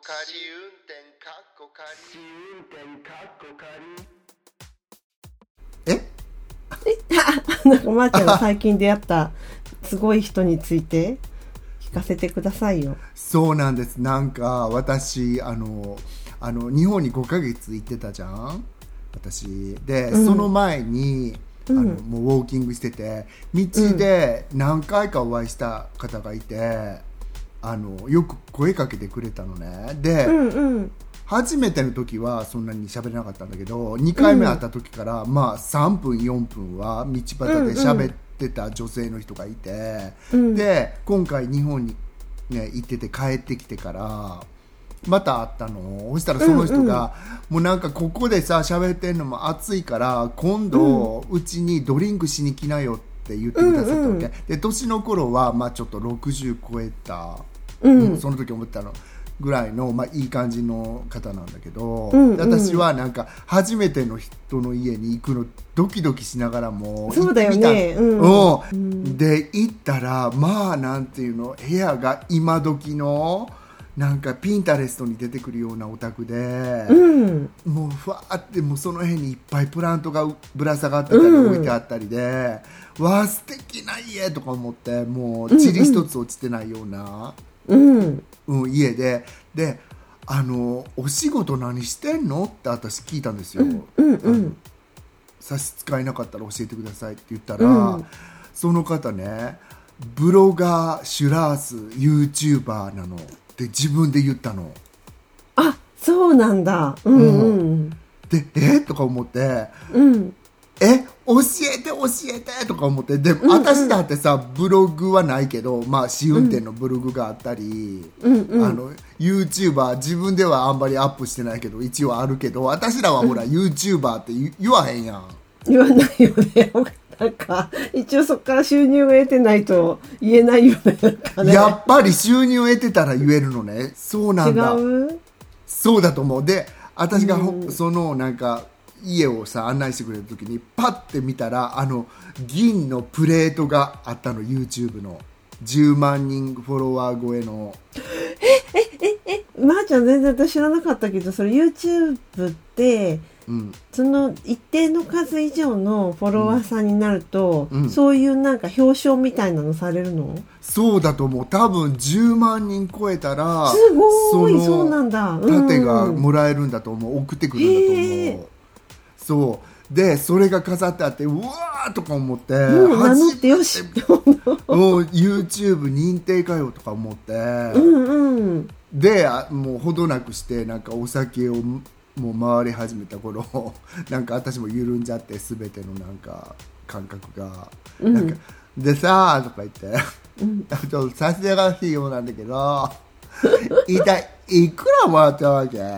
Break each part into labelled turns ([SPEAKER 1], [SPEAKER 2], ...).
[SPEAKER 1] 仮運転かっこ仮運転かっこ仮
[SPEAKER 2] なんかまーちゃんが最近出会ったすごい人について聞かせてくださいよ。
[SPEAKER 3] そうなんです。なんか私日本に5ヶ月行ってたじゃん私で、その前にもうウォーキングしてて道で何回かお会いした方がいて、よく声かけてくれたのね。で、初めての時はそんなに喋れなかったんだけど、2回目会った時から、まあ3分4分は道端で喋ってた女性の人がいて、で今回日本に、ね、行ってて帰ってきてからまた会ったの。そしたらその人が、もうなんかここでさ喋ってんのも暑いから今度うちにドリンクしに来なよって言ってくださったわけ、で年の頃はまあちょっと60超えた、その時思ったのぐらいの、まあ、いい感じの方なんだけど、私はなんか初めての人の家に行くのドキドキしながらも
[SPEAKER 2] そうだよね、
[SPEAKER 3] で行ったらまあなんていうの、部屋が今時のなんかピンタレストに出てくるようなお宅で、もうふわーってもうその辺にいっぱいプラントがぶら下がってたり置いてあったりで、わあ素敵な家とか思って、もう塵一つ落ちてないような、家でお仕事何してんのって私聞いたんですよ、差し支えなかったら教えてくださいって言ったら、その方ねブロガーシュラース YouTuber なのって自分で言ったの。
[SPEAKER 2] あ、そうなんだ。
[SPEAKER 3] でとか思って、教えてとか思って、でも私だってさブログはないけど、まあ試運転のブログがあったり、YouTuber 自分ではあんまりアップしてないけど一応あるけど、私らはほら、YouTuber って言わへんやん。
[SPEAKER 2] 言わないよね。なんか一応そこから収入を得てないと言えないよね。
[SPEAKER 3] やっぱり収入を得てたら言えるのね。そうなんだ。
[SPEAKER 2] 違う？
[SPEAKER 3] そうだと思う。で私がそのなんか家をさ案内してくれた時にパッて見たら銀のプレートがあったの。 YouTube の10万人フォロワー超えの。
[SPEAKER 2] まーちゃん全然私知らなかったけど、それ YouTube って、その一定の数以上のフォロワーさんになると、そういうなんか表彰みたいなのされるの？
[SPEAKER 3] そうだと思う。多分10万人超えたら
[SPEAKER 2] すごい、そうなんだ、
[SPEAKER 3] 盾がもらえるんだと思う、送ってくるんだと思う。そうでそれが飾ってあって、うわーとか思って、
[SPEAKER 2] 名乗ってよし
[SPEAKER 3] YouTube 認定かよとか思って、でもうほどなくしてなんかお酒をもう回り始めた頃なんか私も緩んじゃって、全てのなんか感覚が、なんかでさーとか言ってちょっとさすがしいようなんだけど一体いくらもらったわけ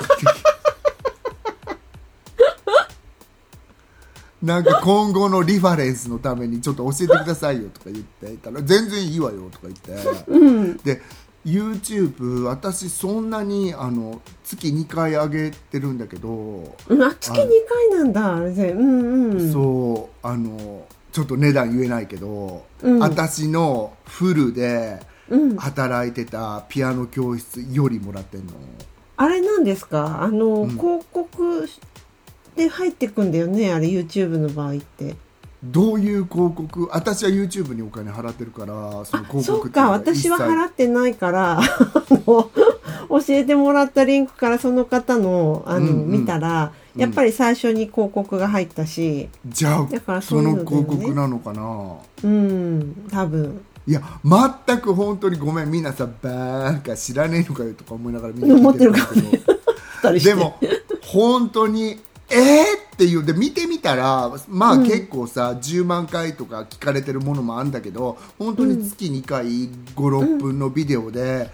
[SPEAKER 3] なんか今後のリファレンスのためにちょっと教えてくださいよとか言っていたら、全然いいわよとか言って、で YouTube 私そんなに月2回上げてるんだけど、
[SPEAKER 2] 月2回なんだ。
[SPEAKER 3] そうちょっと値段言えないけど、私のフルで働いてたピアノ教室よりもらってんの。
[SPEAKER 2] あれなんですか、広告で入ってくんだよね、あれ YouTube の場合って。
[SPEAKER 3] どういう広告？私は YouTube にお金払ってるから、その広告って
[SPEAKER 2] そうか、私は払ってないから教えてもらったリンクからその方の見たら、やっぱり最初に広告が入ったし、
[SPEAKER 3] じゃあ
[SPEAKER 2] だから
[SPEAKER 3] その広告なのかな。
[SPEAKER 2] 多分。
[SPEAKER 3] いや全く本当にごめん、みんなさバーか知らねえのかよとか思いながらみんな聞いてるんだけどでも本当にっていうで見てみたら、まあ結構さ、10万回とか聞かれてるものもあるんだけど、本当に月2回5、6分のビデオで、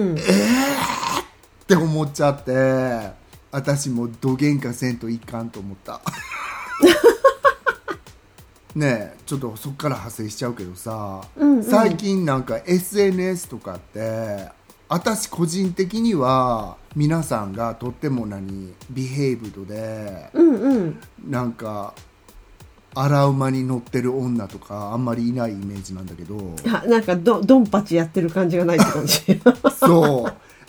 [SPEAKER 3] って思っちゃって、私もどげんかせんといかんと思ったねえ、ちょっとそっから派生しちゃうけどさ、最近なんか SNS とかって私個人的には皆さんがとってもビヘイブドで、なんか荒馬に乗ってる女とかあんまりいないイメージなんだけど、
[SPEAKER 2] なんかドンパチやってる感じがないって感じ
[SPEAKER 3] そう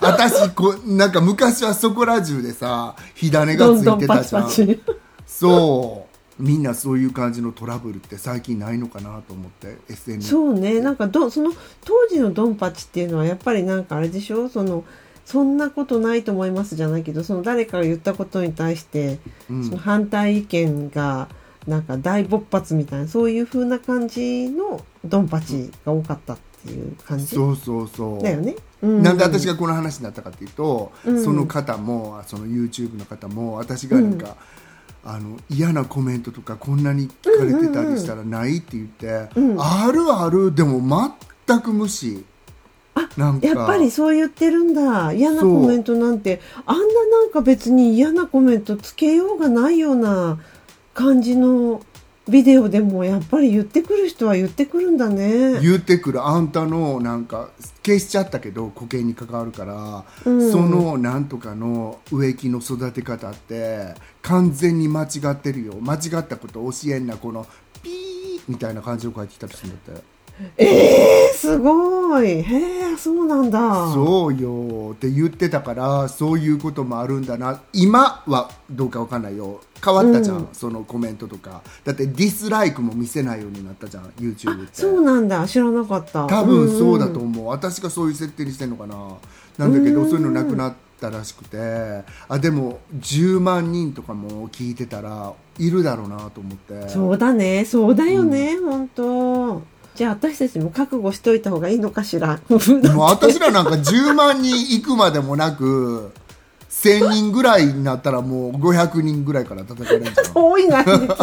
[SPEAKER 3] 私なんか昔はそこら中でさ火種がついてたじゃん。
[SPEAKER 2] どんどんパチパチ
[SPEAKER 3] そうみんなそういう感じのトラブルって最近ないのかなと思って SNS。
[SPEAKER 2] そうね、なんかその当時のドンパチっていうのはやっぱりなんかあれでしょ、そんなことないと思いますじゃないけど、その誰かが言ったことに対して、その反対意見がなんか大勃発みたいな、そういう風な感じのドンパチが多かったっていう感じ。
[SPEAKER 3] そうそうそう
[SPEAKER 2] だよね。
[SPEAKER 3] なんで私がこの話になったかっていうと、その方もその YouTube の方も私がなんか、嫌なコメントとかこんなに聞かれてたりしたらないって言って、あるあるでも全く無視。なんか
[SPEAKER 2] やっぱりそう言ってるんだ。嫌なコメントなんてなんか別に嫌なコメントつけようがないような感じのビデオでもやっぱり言ってくる人は言ってくるんだね。
[SPEAKER 3] 言ってくる。あんたのなんか消しちゃったけど固形に関わるから、そのなんとかの植木の育て方って完全に間違ってるよ、間違ったこと教えんな、このピーみたいな感じを書いてきたりするんだって。
[SPEAKER 2] すごい。へえ、そうなんだ。
[SPEAKER 3] そうよって言ってたから、そういうこともあるんだな。今はどうかわかんないよ、変わったじゃん、そのコメントとか。だってディスライクも見せないようになったじゃん YouTube って。
[SPEAKER 2] そうなんだ、知らなかった。
[SPEAKER 3] 多分そうだと思う、私がそういう設定にしてんのかな。なんだけど、そういうのなくなったらしくて、でも10万人とかも聞いてたらいるだろうなと思って。
[SPEAKER 2] そうだね、そうだよね、本当。じゃあ私たちも覚悟しといた方がいいのかしら。
[SPEAKER 3] もう私らなんか10万人行くまでもなく1000人ぐらいになったらもう500人ぐらいから叩かれるんじゃん。
[SPEAKER 2] 多いな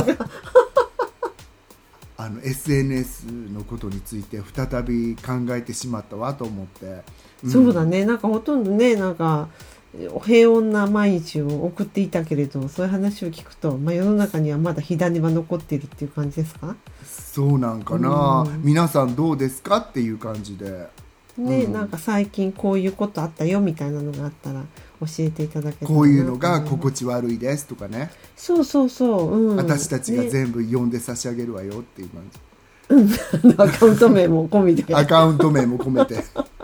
[SPEAKER 3] SNS のことについて再び考えてしまったわと思って、
[SPEAKER 2] そうだね、なんかほとんどね、なんか平穏な毎日を送っていたけれど、そういう話を聞くと、世の中にはまだ火種は残っているっていう感じですか。
[SPEAKER 3] そうなんかな、皆さんどうですかっていう感じで
[SPEAKER 2] ね、なんか最近こういうことあったよみたいなのがあったら教えていただけたらな。
[SPEAKER 3] こういうのが心地悪いですとかね。
[SPEAKER 2] そうそうそう、
[SPEAKER 3] 私たちが全部読んで差し上げるわよっていう感じ、
[SPEAKER 2] アカウント名も込みで
[SPEAKER 3] アカウント名も込めて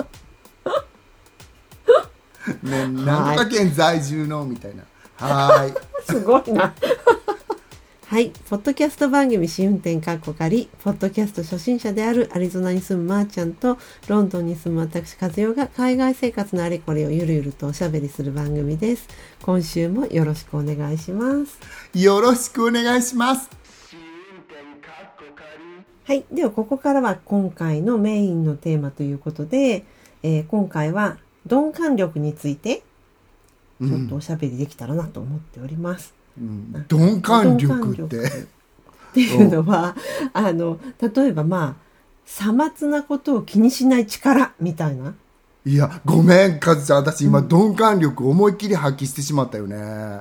[SPEAKER 3] ね、なんとか県在住のみたいな。はい
[SPEAKER 2] すごいなはい、ポッドキャスト番組試運転かっこかり、ポッドキャスト初心者であるアリゾナに住むまーちゃんとロンドンに住む私和代が海外生活のあれこれをゆるゆるとおしゃべりする番組です。今週もよろしくお願いします。
[SPEAKER 3] よろしくお願いします。
[SPEAKER 2] はい、ではここからは今回のメインのテーマということで、今回は鈍感力についてちょっとおしゃべりできたらなと思っております。
[SPEAKER 3] 鈍感力って
[SPEAKER 2] いうのは例えばさまつなことを気にしない力みたいな。
[SPEAKER 3] いやごめんカズちゃん、私今、鈍感力思いっきり発揮してしまったよね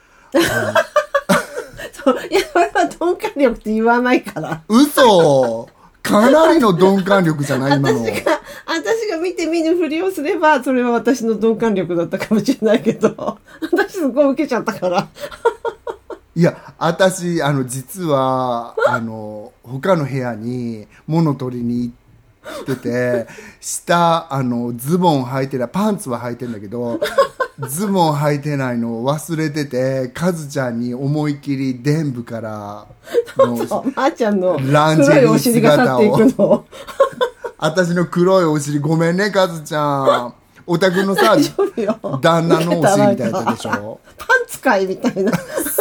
[SPEAKER 2] そういや、それは鈍感力って言わないから。
[SPEAKER 3] 嘘、かなりの鈍感力じゃない今の。
[SPEAKER 2] 私が見て見ぬふりをすればそれは私の鈍感力だったかもしれないけど、私すごい受けちゃったから
[SPEAKER 3] いや私実は他の部屋に物取りに行ってて、下ズボン履いてない、パンツは履いてるんだけどズボン履いてないのを忘れてて、カズちゃんに思い切り伝部から
[SPEAKER 2] のまーちゃんの
[SPEAKER 3] ランジェリー姿を
[SPEAKER 2] 私
[SPEAKER 3] の黒いお尻、ごめんねカズちゃん、お宅のさ旦那のお尻みたいだったでしょ
[SPEAKER 2] パンツかいみたいな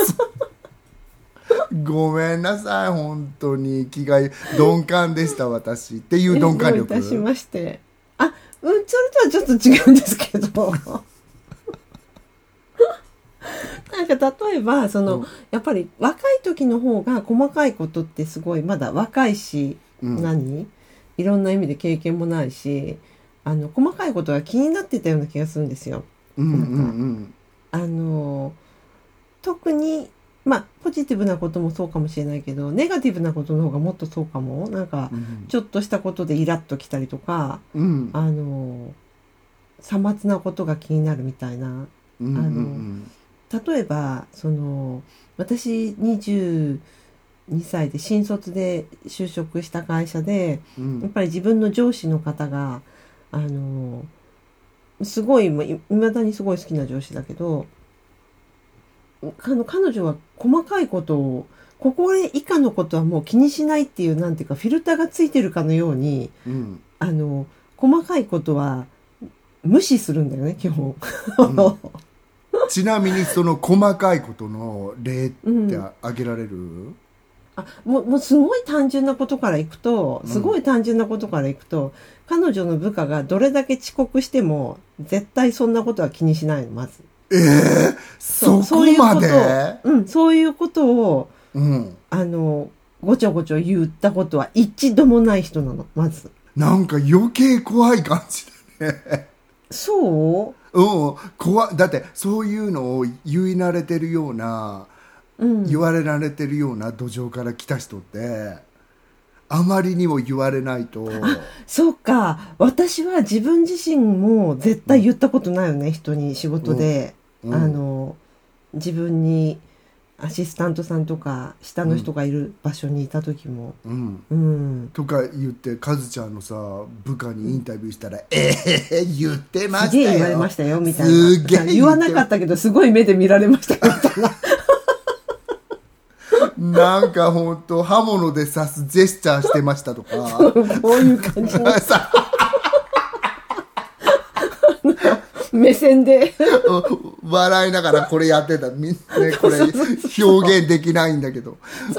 [SPEAKER 3] ごめんなさい、本当に気が鈍感でした私っていう鈍感力。
[SPEAKER 2] どういたしまして。それとはちょっと違うんですけどなんか例えばやっぱり若い時の方が細かいことってすごいまだ若いし、いろんな意味で経験もないし、細かいことが気になってたような気がするんですよ。特にポジティブなこともそうかもしれないけど、ネガティブなことの方がもっとそうかも。なんかちょっとしたことでイラッときたりとか、さまつなことが気になるみたいな。例えば私22歳で新卒で就職した会社で、やっぱり自分の上司の方がすごいいまだにすごい好きな上司だけど、彼女は細かいことを、ここ以下のことはもう気にしないっていう、なんていうかフィルターがついてるかのように、うん、細かいことは無視するんだよね基本、うん、
[SPEAKER 3] ちなみにその細かいことの例って挙げられる？
[SPEAKER 2] もうすごい単純なことからいくと、彼女の部下がどれだけ遅刻しても絶対そんなことは気にしないの、まず。
[SPEAKER 3] そこまで？
[SPEAKER 2] そういうことを、うん、ごちょごちょ言ったことは一度もない人なの、まず。
[SPEAKER 3] なんか余計怖い感じだね。
[SPEAKER 2] そう？
[SPEAKER 3] だってそういうのを言い慣れてるような、言われられてるような土壌から来た人ってあまりにも言われないと。
[SPEAKER 2] そうか、私は自分自身も絶対言ったことないよね、人に仕事で、自分にアシスタントさんとか下の人がいる場所にいた時も、
[SPEAKER 3] とか言って、カズちゃんのさ部下にインタビューしたら、言ってましたよ、
[SPEAKER 2] すげえ言われましたよみたいな、言わなかったけどすごい目で見られましたよみたいな。
[SPEAKER 3] なんか本当刃物で刺すジェスチャーしてましたとか、
[SPEAKER 2] こういう感じの目線で
[SPEAKER 3] 笑いながらこれやってた、これ表現できないんだけど、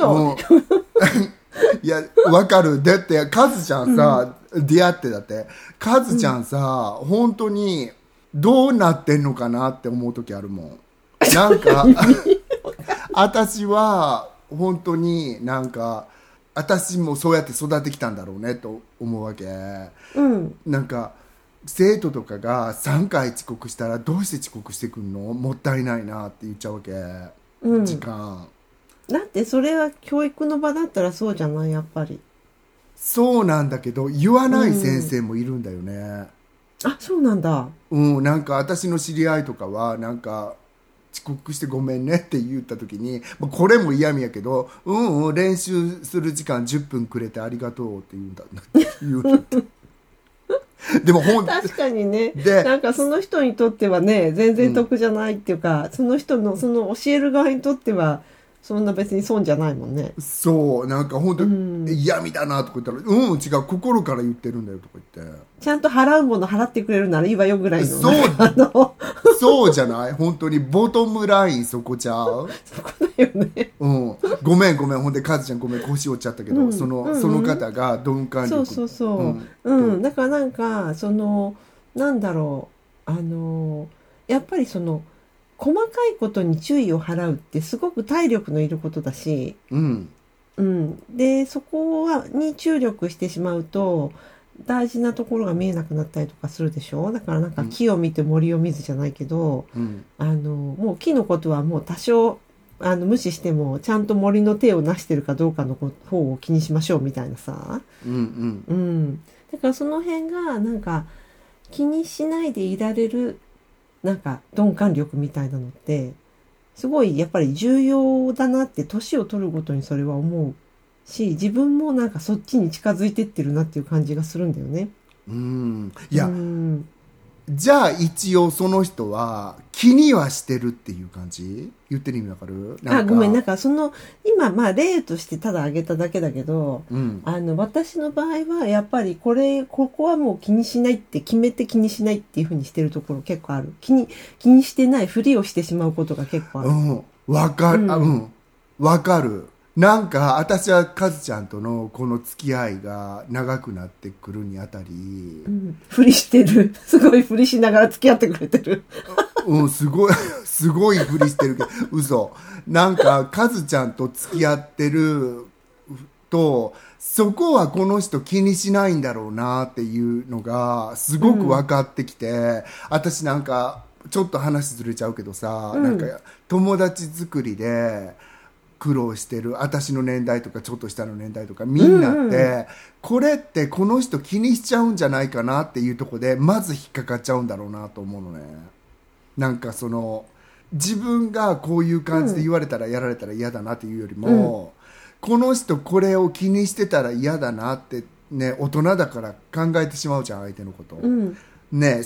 [SPEAKER 3] いやわかる。だってカズちゃんさ、出会ってだってカズちゃんさ、本当にどうなってんのかなって思う時あるもん。なんか私は本当になんか私もそうやって育ってきたんだろうねと思うわけ、なんか生徒とかが3回遅刻したら、どうして遅刻してくんの、もったいないなって言っちゃうわけ、時間。
[SPEAKER 2] だってそれは教育の場だったらそうじゃない、やっぱり。
[SPEAKER 3] そうなんだけど言わない先生もいるんだよね、
[SPEAKER 2] あ、そうなんだ。
[SPEAKER 3] なんか私の知り合いとかはなんか遅刻してごめんねって言った時に、これも嫌味やけど、練習する時間10分くれてありがとうって言うんだでも
[SPEAKER 2] 確かにね、なんかその人にとってはね全然得じゃないっていうか、その人のその教える側にとってはそんな別に損じゃないもんね。
[SPEAKER 3] そう、なんか本当、嫌味だなとか言ったら、違う、心から言ってるんだよとか言って、
[SPEAKER 2] ちゃんと払うもの払ってくれるならいいわよぐらいの。
[SPEAKER 3] そうじゃない、本当にボトムラインそこちゃう。
[SPEAKER 2] そこだよね。
[SPEAKER 3] ごめんほんでカズちゃんごめん、腰折っちゃったけど、その方が鈍感力、
[SPEAKER 2] だからなんかなんだろう、やっぱり細かいことに注意を払うってすごく体力のいることだし、でそこに注力してしまうと大事なところが見えなくなったりとかするでしょ。だからなんか木を見て森を見ずじゃないけど、もう木のことはもう多少無視してもちゃんと森の手を成してるかどうかの方を気にしましょうみたいなさ、だからその辺がなんか気にしないでいられるなんか鈍感力みたいなのってすごいやっぱり重要だなって、年を取るごとにそれは思うし、自分もなんかそっちに近づいてってるなっていう感じがするんだよね。
[SPEAKER 3] いや、じゃあ一応その人は気にはしてるっていう感じ、言ってる意味わかる？
[SPEAKER 2] ごめん、なんか今例としてただ挙げただけだけど、私の場合はやっぱりここはもう気にしないって決めて気にしないっていうふうにしてるところ結構ある。気にしてないふりをしてしまうことが結構ある。
[SPEAKER 3] わかる、わかる。なんか私はカズちゃんとのこの付き合いが長くなってくるにあたり、
[SPEAKER 2] ふりしてる、すごいふりしながら付き合ってくれてる。
[SPEAKER 3] すごいふりしてるけど嘘。なんかカズちゃんと付き合ってると、そこはこの人気にしないんだろうなっていうのがすごく分かってきて、私なんかちょっと話ずれちゃうけどさ、なんか友達作りで苦労してる私の年代とかちょっと下の年代とかみんなって、これってこの人気にしちゃうんじゃないかなっていうところでまず引っかかっちゃうんだろうなと思うのね。なんか自分がこういう感じで言われたらやられたら嫌だなっていうよりも、この人これを気にしてたら嫌だなってね、大人だから考えてしまうじゃん、相手のこと、ね。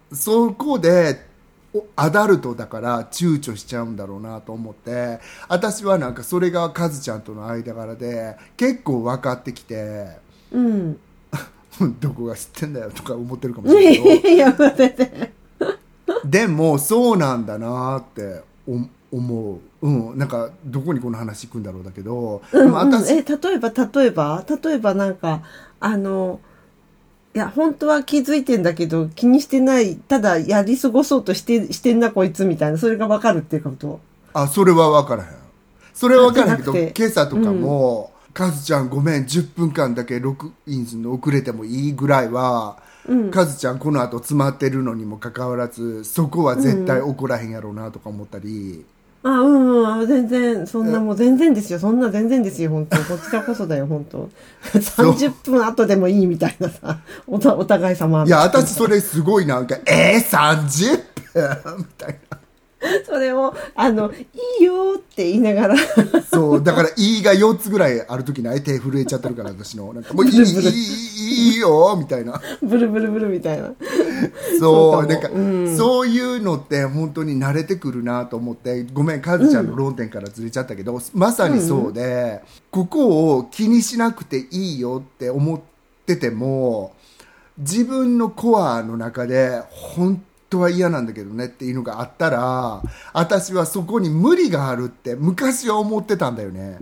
[SPEAKER 3] そこでアダルトだから躊躇しちゃうんだろうなと思って、私はなんかそれがカズちゃんとの間柄で結構分かってきて、
[SPEAKER 2] うん、
[SPEAKER 3] どこが知ってんだよとか思ってるかもしれないけど
[SPEAKER 2] いや全然
[SPEAKER 3] でもそうなんだなって思う、なんかどこにこの話行くんだろうだけど、でも私
[SPEAKER 2] 例えばなんかいや本当は気づいてんだけど気にしてない、ただやり過ごそうとしてんなこいつみたいな、それが分かるっていうこと。
[SPEAKER 3] それは分からへん。それは分からへんけど、今朝とかも、カズちゃんごめん10分間だけロックインするの遅れてもいいぐらいは、カズちゃんこの後詰まってるのにもかかわらずそこは絶対怒らへんやろうなとか思ったり、
[SPEAKER 2] 全然そんなもう全然ですよ、そんな全然ですよ本当、こちらこそだよ本当30分後でもいいみたいなさ、お互い様。
[SPEAKER 3] いや私それすごいなんか30分みたいな
[SPEAKER 2] それをいいよって言いながら
[SPEAKER 3] そうだからいいが4つぐらいある時ない、手震えちゃってるから私のなんかもういいよみたいな
[SPEAKER 2] ブルブルブルみたいな
[SPEAKER 3] そうなんか、そういうのって本当に慣れてくるなと思って、ごめんカズちゃんの論点からずれちゃったけど、まさにそうで、ここを気にしなくていいよって思ってても自分のコアの中で本当は嫌なんだけどねっていうのがあったら、私はそこに無理があるって昔は思ってたんだよね、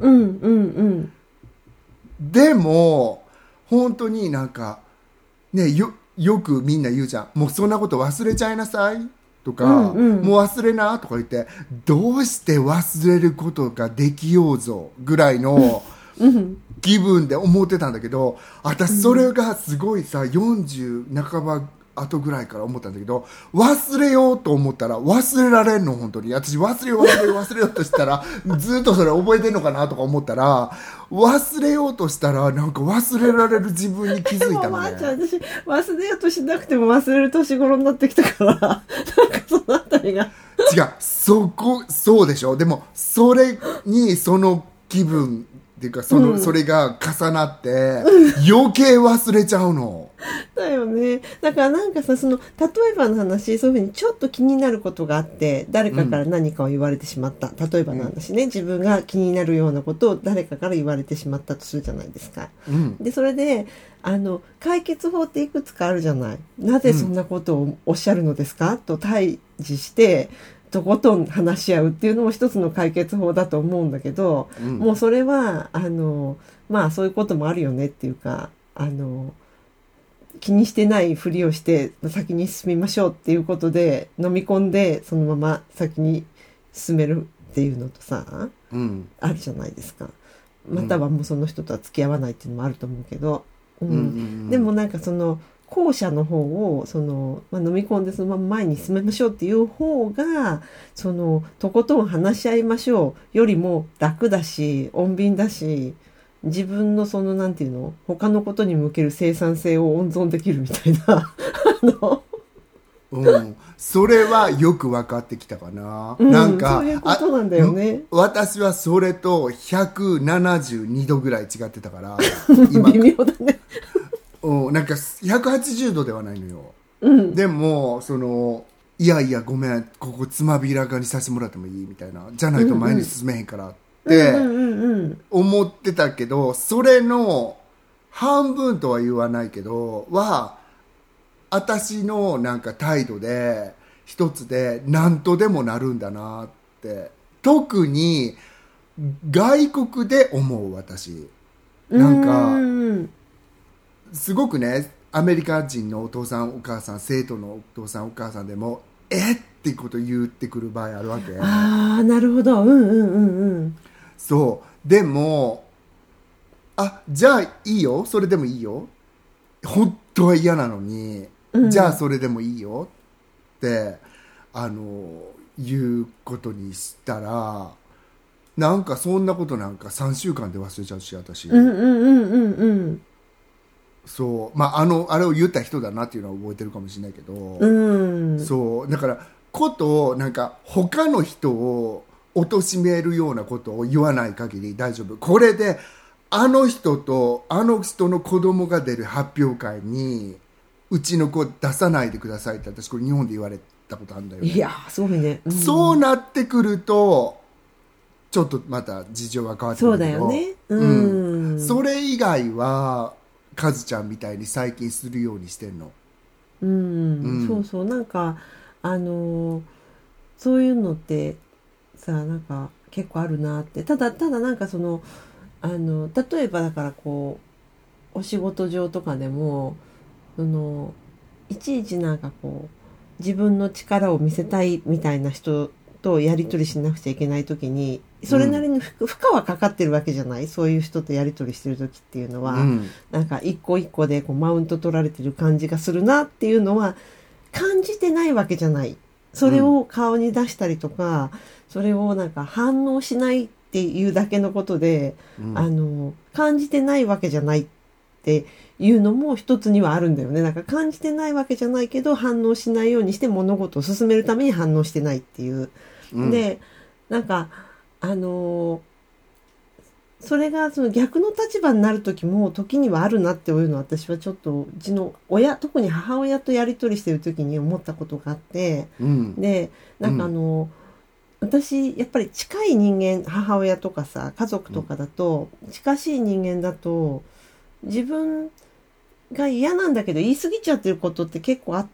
[SPEAKER 3] でも本当になんかね、よくみんな言うじゃん、もうそんなこと忘れちゃいなさいとか、もう忘れなとか言って、どうして忘れることができようぞぐらいの気分で思ってたんだけど、私それがすごいさ40半ば後ぐらいから思ったんだけど、忘れようと思ったら忘れられんの。本当に私忘れようとしたらずっとそれ覚えてんのかなとか思ったら、忘れようとしたらなんか忘れられる自分に気づいたのね。
[SPEAKER 2] 私忘れようとしなくても忘れる年頃になってきたからなんかそのあたりが
[SPEAKER 3] 違う、そうでしょ。でもそれにその気分っていうかそれが重なって余計忘れちゃうの
[SPEAKER 2] だよね。だからなんかさ、例えばの話、そういうふうにちょっと気になることがあって誰かから何かを言われてしまった、例えばの話ね、自分が気になるようなことを誰かから言われてしまったとするじゃないですか、でそれで解決法っていくつかあるじゃない。なぜそんなことをおっしゃるのですか、と対峙してとことん話し合うっていうのも一つの解決法だと思うんだけど、もうそれはまあそういうこともあるよねっていうか、気にしてないふりをして先に進みましょうっていうことで飲み込んでそのまま先に進めるっていうのとさ、あるじゃないですか。またはもうその人とは付き合わないっていうのもあると思うけど、でもなんかその後者の方を飲み込んでそのまま前に進めましょうっていう方がとことん話し合いましょうよりも楽だし穏便だし、自分のなんていうの、他のことに向ける生産性を温存できるみたいな
[SPEAKER 3] それはよく分かってきたかな、なんか
[SPEAKER 2] そういうことなんだよね。
[SPEAKER 3] 私はそれと172度ぐらい違ってたから
[SPEAKER 2] 今微妙だね
[SPEAKER 3] なんか180度ではないのよ、でもいやいやごめんここつまびらかにさせてもらってもいいみたいな、じゃないと前に進めへんからって思ってたけど、それの半分とは言わないけど私のなんか態度で一つで何とでもなるんだなって、特に外国で思う。私なんかすごくね、アメリカ人のお父さんお母さん、生徒のお父さんお母さんでもってこと言ってくる場合あるわけ。
[SPEAKER 2] ああなるほど、
[SPEAKER 3] そうでもじゃあいいよ、それでもいいよ、本当は嫌なのに、じゃあそれでもいいよって言うことにしたら、なんかそんなことなんか3週間で忘れちゃうし私、そうあれを言った人だなっていうのは覚えてるかもしれないけど、そうだからなんか他の人を貶めるようなことを言わない限り大丈夫。これであの人とあの人の子供が出る発表会にうちの子出さないでくださいって私これ日本で言われたことあるんだよね。
[SPEAKER 2] いやすごいね、
[SPEAKER 3] そうなってくるとちょっとまた事情が変わってくるけど、
[SPEAKER 2] そうだよね、
[SPEAKER 3] それ以外はカズちゃんみたいに最近するようにしてんの。
[SPEAKER 2] そうそう、なんかそういうのってさ、なんか結構あるなって。ただなんかその例えばだからこうお仕事上とかでもいちいちなんかこう自分の力を見せたいみたいな人とやり取りしなくちゃいけない時にそれなりに負荷はかかってるわけじゃない、そういう人とやり取りしてる時っていうのは、なんか一個一個でこうマウント取られてる感じがするなっていうのは感じてないわけじゃない。それを顔に出したりとか、それをなんか反応しないっていうだけのことで、感じてないわけじゃないっていうのも一つにはあるんだよね。なんか感じてないわけじゃないけど反応しないようにして物事を進めるために反応してないっていう。で、なんかそれがその逆の立場になる時も時にはあるなっていうのは私はちょっとうちの親、特に母親とやり取りしてる時に思ったことがあって、でなんか私やっぱり近い人間、母親とかさ家族とかだと、近しい人間だと自分が嫌なんだけど言い過ぎちゃってることって結構あって、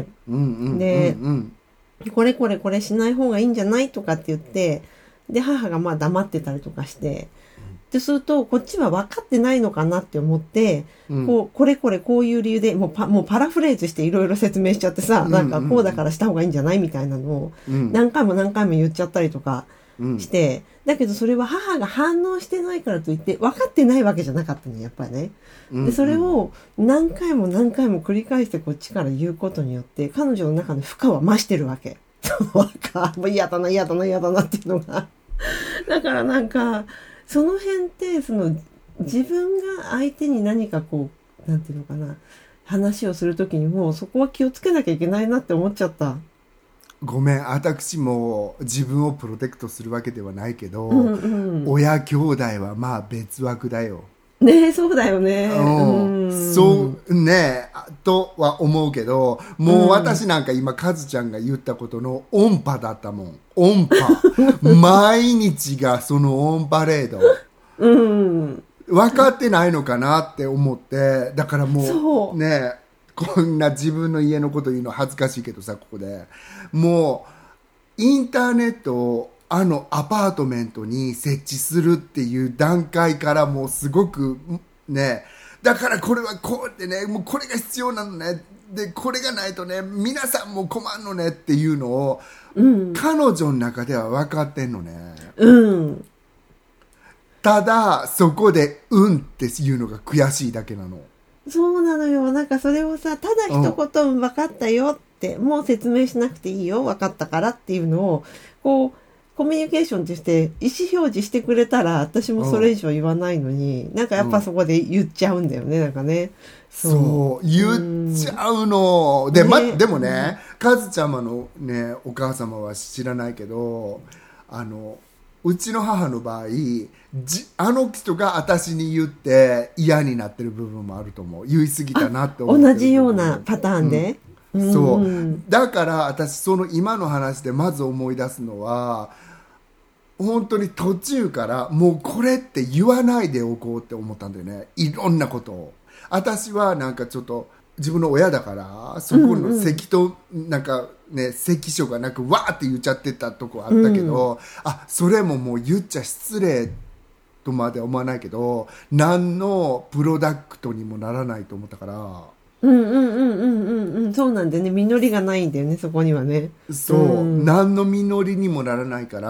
[SPEAKER 2] でこれしない方がいいんじゃないとかって言って、で母がまあ黙ってたりとかして、でするとこっちは分かってないのかなって思って、これこういう理由でもうパラフレーズしていろいろ説明しちゃってさ、なんかこうだからした方がいいんじゃないみたいなのを何回も言っちゃったりとかして、だけどそれは母が反応してないからといって分かってないわけじゃなかったの、やっぱりね。でそれを何回も繰り返してこっちから言うことによって彼女の中の負荷は増してるわけ。もう嫌だなっていうのがだからなんかその辺ってその自分が相手に何かこうなんていうのかな、話をするときにもそこは気をつけなきゃいけないなって思っちゃった。
[SPEAKER 3] ごめん、私も自分をプロテクトするわけではないけど、親兄弟はまあ別枠だよ
[SPEAKER 2] ね。そうだよね。
[SPEAKER 3] そうねとは思うけど、もう私なんか今カズちゃんが言ったことの音波だったもん。音波毎日がそのオンパレード、分かってないのかなって思って、だからもうね、こんな自分の家のこと言うの恥ずかしいけどさ、ここでもうインターネットをアパートメントに設置するっていう段階からもうすごくね、だからこれはこうでね、もうこれが必要なのね、でこれがないとね皆さんも困るのねっていうのを、彼女の中では分かってんのね。ただそこでっていうのが悔しいだけなの。
[SPEAKER 2] そうなのよ。なんかそれをさ、ただ一言分かったよって、もう説明しなくていいよ、分かったからっていうのをこうコミュニケーションとして意思表示してくれたら私もそれ以上言わないのに、なんかやっぱそこで言っちゃうんだよね、なんかね。
[SPEAKER 3] そう言っちゃうので、でもね、カズちゃまのねお母様は知らないけど、うちの母の場合あの人が私に言って嫌になってる部分もあると思う。言い過ぎたなって思ってる。
[SPEAKER 2] 同じようなパターンで、
[SPEAKER 3] そうだから私その今の話でまず思い出すのは、本当に途中からもうこれって言わないでおこうって思ったんだよね、いろんなことを。私はなんかちょっと自分の親だからそこの関となんかね、関所がなくわーって言っちゃってたとこあったけど、それももう言っちゃ失礼とまでは思わないけど何のプロダクトにもならないと思ったから。
[SPEAKER 2] そうなんだよね。実りがないんだよね、そこにはね。
[SPEAKER 3] そう、何の実りにもならないから、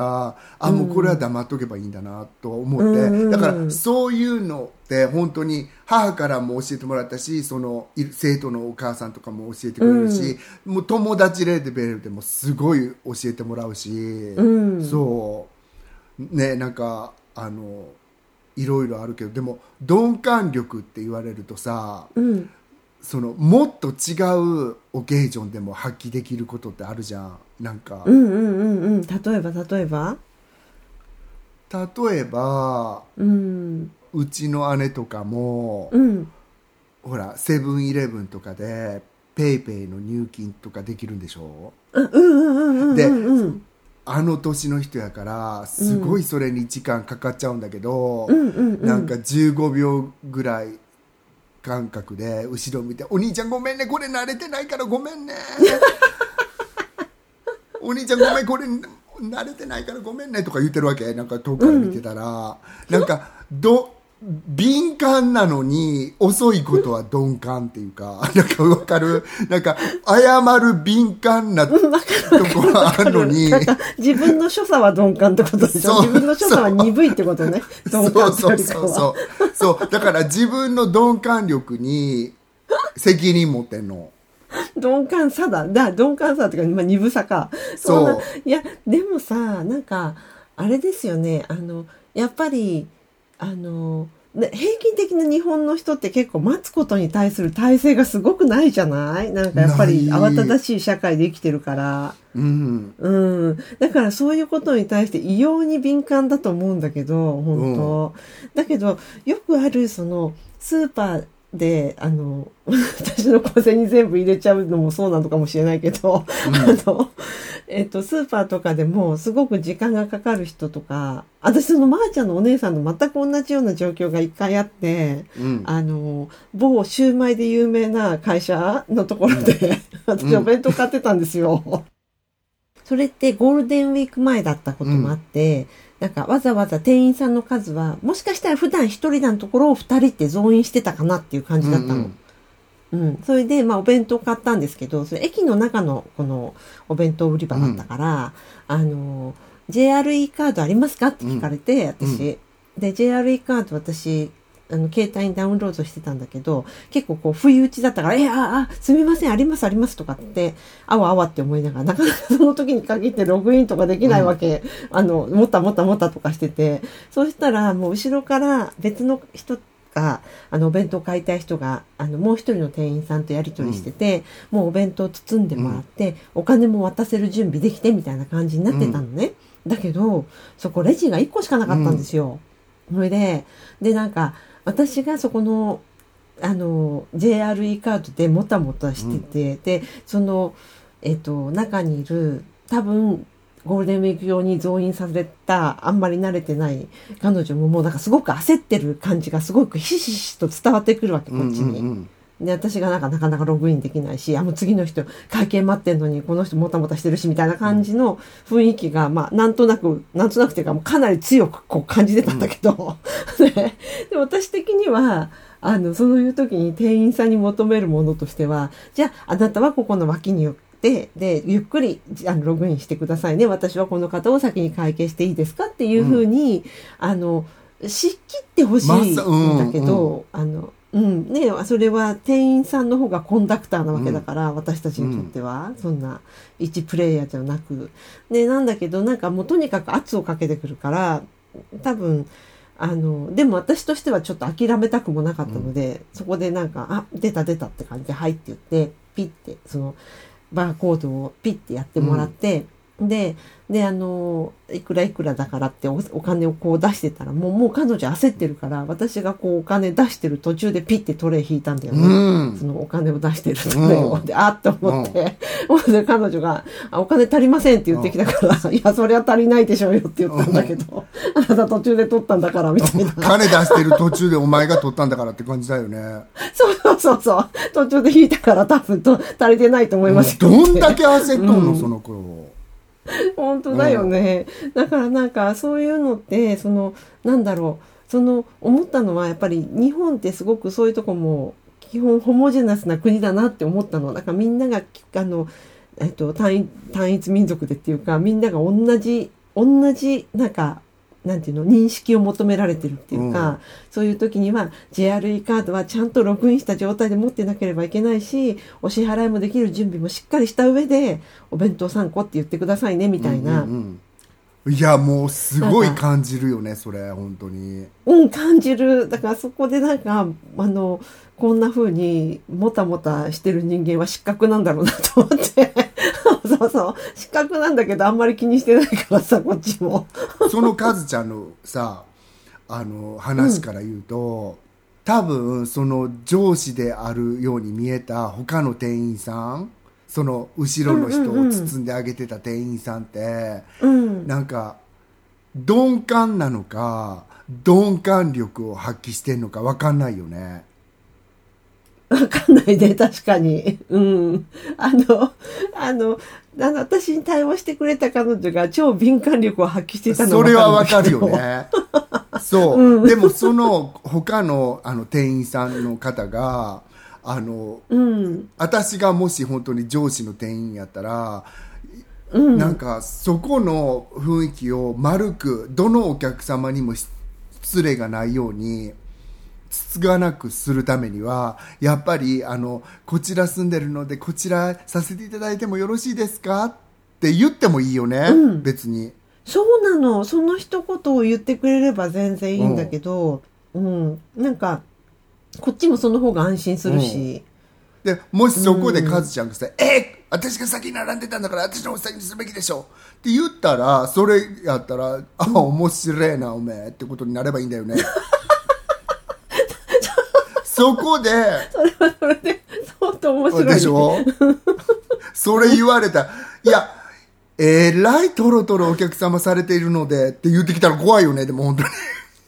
[SPEAKER 3] もうこれは黙っとけばいいんだなと思って、だからそういうのって本当に母からも教えてもらったし、その生徒のお母さんとかも教えてくれるし、もう友達レベルでもすごい教えてもらうし、そうね、なんかいろいろあるけど、でも鈍感力って言われるとさ、そのもっと違うオケージョンでも発揮できることってあるじゃん。なんか例えば、うちの姉とかも、ほらセブンイレブンとかでペイペイの入金とかできるんでしょ。
[SPEAKER 2] で、
[SPEAKER 3] あの年の人やからすごいそれに時間かかっちゃうんだけど、なんか15秒ぐらい感覚で後ろ見て、お兄ちゃんごめんね、これ慣れてないからごめんねお兄ちゃんごめん、これ慣れてないからごめんねとか言ってるわけ。なんか遠くから見てたら、なんか敏感なのに遅いことは鈍感っていうか、なんかわかる、なんか謝る敏感なところあるのに、
[SPEAKER 2] 自分の所作は鈍感ってことでしょ。自分の所作は鈍いってことね。鈍感ってよりかは。
[SPEAKER 3] そうだから自分の鈍感力に責任持ってんの。
[SPEAKER 2] 鈍感さ鈍感さっていうか、鈍さか。そういやでもさ、なんかあれですよね、やっぱり平均的な日本の人って結構待つことに対する耐性がすごくないじゃない。なんかやっぱり慌ただしい社会で生きてるから、だからそういうことに対して異様に敏感だと思うんだけど、本当、だけどよくあるそのスーパーで私の小銭全部入れちゃうのもそうなのかもしれないけど、スーパーとかでもすごく時間がかかる人とか、私そのまーちゃんのお姉さんの全く同じような状況が一回あって、某シューマイで有名な会社のところで私お弁当買ってたんですよ。それってゴールデンウィーク前だったこともあって、なんかわざわざ店員さんの数はもしかしたら普段一人のところを2人って増員してたかなっていう感じだったの。それでお弁当買ったんですけど、それ駅の中のこのお弁当売り場だったから、JRE カードありますかって聞かれて、私で JRE カード私携帯にダウンロードしてたんだけど、結構こう不意打ちだったからすみません、ありますありますとかってあわあわって思いながら、なかなかその時に限ってログインとかできないわけ、もったとかしてて、そうしたらもう後ろから別の人がお弁当買いたい人がもう一人の店員さんとやり取りしてて、もうお弁当包んでもらって、お金も渡せる準備できてみたいな感じになってたのね、だけどそこレジが1個しかなかったんですよ。それでなんか私がそこのJRE カードでもたもたしてて、でその中にいる多分ゴールデンウィーク用に増員されたあんまり慣れてない彼女ももうなんかすごく焦ってる感じがすごくひしひしと伝わってくるわけ、こっちに。で私がなかなかログインできないし、もう次の人会計待ってんのにこの人もたもたしてるしみたいな感じの雰囲気が、なんとなくっていうかもうかなり強くこう感じてたんだけど、で私的にはそういう時に店員さんに求めるものとしては、じゃああなたはここの脇に寄ってでゆっくりログインしてくださいね、私はこの方を先に会計していいですかっていうふうに仕切ってほしいんだけど、それは店員さんの方がコンダクターなわけだから、私たちにとってはそんな一プレイヤーじゃなく、なんだけどなんかもうとにかく圧をかけてくるから、多分でも私としてはちょっと諦めたくもなかったので、そこでなんか出たって感じではいって言ってピッてそのバーコードをピッてやってもらって、でいくらだからってお金をこう出してたら、もう彼女焦ってるから、私がこうお金出してる途中でピッてトレイ引いたんだよね、そのお金を出してるトレイを、でって思って、彼女がお金足りませんって言ってきたから、いやそりゃ足りないでしょうよって言ったんだけど、あなた途中で取ったんだからみたいな、
[SPEAKER 3] 金出してる途中でお前が取ったんだからって感じだよね。
[SPEAKER 2] そう途中で引いたから多分足りてないと思います
[SPEAKER 3] よ。どんだけ焦っとんの、その頃。
[SPEAKER 2] 本当だよね、だからなんかそういうのってなんだろう、思ったのはやっぱり日本ってすごくそういうとこも基本ホモジェナスな国だなって思ったの。だからみんなが単一民族でっていうか、みんなが同じなんかなんていうの、認識を求められてるっていうか、そういう時には JRE カードはちゃんとログインした状態で持ってなければいけないし、お支払いもできる準備もしっかりした上でお弁当3個って言ってくださいねみたいな、
[SPEAKER 3] いやもうすごい感じるよね、それ本当に。
[SPEAKER 2] 感じる。だからそこでなんかこんな風にもたもたしてる人間は失格なんだろうなと思ってそう失格なんだけどあんまり気にしてないからさ、こっちも
[SPEAKER 3] そのカズちゃんのさ話から言うと、 多分その上司であるように見えた他の店員さん、その後ろの人を包んであげてた店員さんって、なんか鈍感なのか鈍感力を発揮してんのか分かんないよね。
[SPEAKER 2] 分かんないね、確かに。私に対応してくれた彼女が超敏感力を発揮してたの
[SPEAKER 3] それは分かるよね。そう、でもその他の店員さんの方が私がもし本当に上司の店員やったら、なんかそこの雰囲気を丸くどのお客様にも失礼がないようにつつがなくするためには、やっぱりこちら住んでるのでこちらさせていただいてもよろしいですかって言ってもいいよね、別に。
[SPEAKER 2] そうなの、その一言を言ってくれれば全然いいんだけど、なんかこっちもその方が安心するし、
[SPEAKER 3] でもしそこでカズちゃんがさ、私が先に並んでたんだから私の方が先にするべきでしょって言ったら、それやったら面白いなおめえってことになればいいんだよね。そこで
[SPEAKER 2] それはそれで相当面白い、ね、
[SPEAKER 3] でしょ。それ言われた、いやらいトロトロお客様されているのでって言ってきたら怖いよね。でも本当に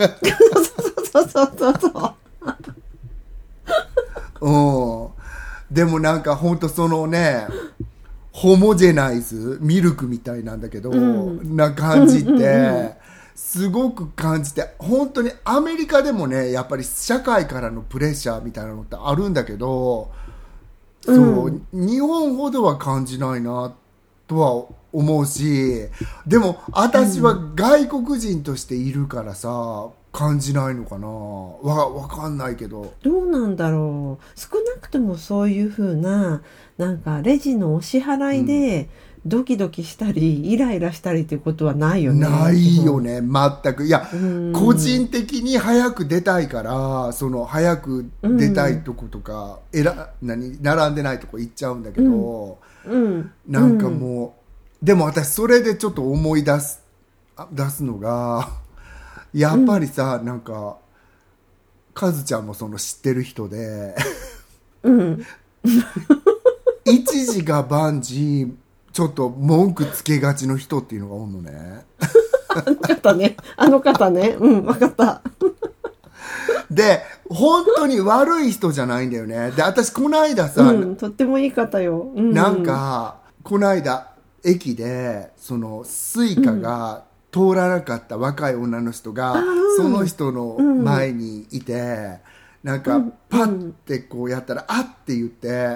[SPEAKER 3] そうでもなんか本当そのね、ホモジェナイズミルクみたいなんだけど、な感じってすごく感じて、本当にアメリカでもね、やっぱり社会からのプレッシャーみたいなのってあるんだけど、そう日本ほどは感じないなとは思うし、でも私は外国人としているからさ、感じないのかな、わかんないけど。
[SPEAKER 2] どうなんだろう。少なくともそういう風な、なんかレジのお支払いでドキドキしたりイライラしたりっていうことはないよね。
[SPEAKER 3] ないよね、全く。いや、個人的に早く出たいから、その早く出たいとことか、並んでないとこ行っちゃうんだけど、なんかもう、でも私それでちょっと思い出すのが、やっぱりさ、なんかカズちゃんもその知ってる人で、一時が万事ちょっと文句つけがちの人っていうのがおんのね。
[SPEAKER 2] あの方ね、分かった。
[SPEAKER 3] で本当に悪い人じゃないんだよね。で私この間さ、
[SPEAKER 2] とってもいい方よ、
[SPEAKER 3] なんかこの間駅でそのスイカが通らなかった若い女の人が、その人の前にいて、なんかパッてこうやったら、あって言って、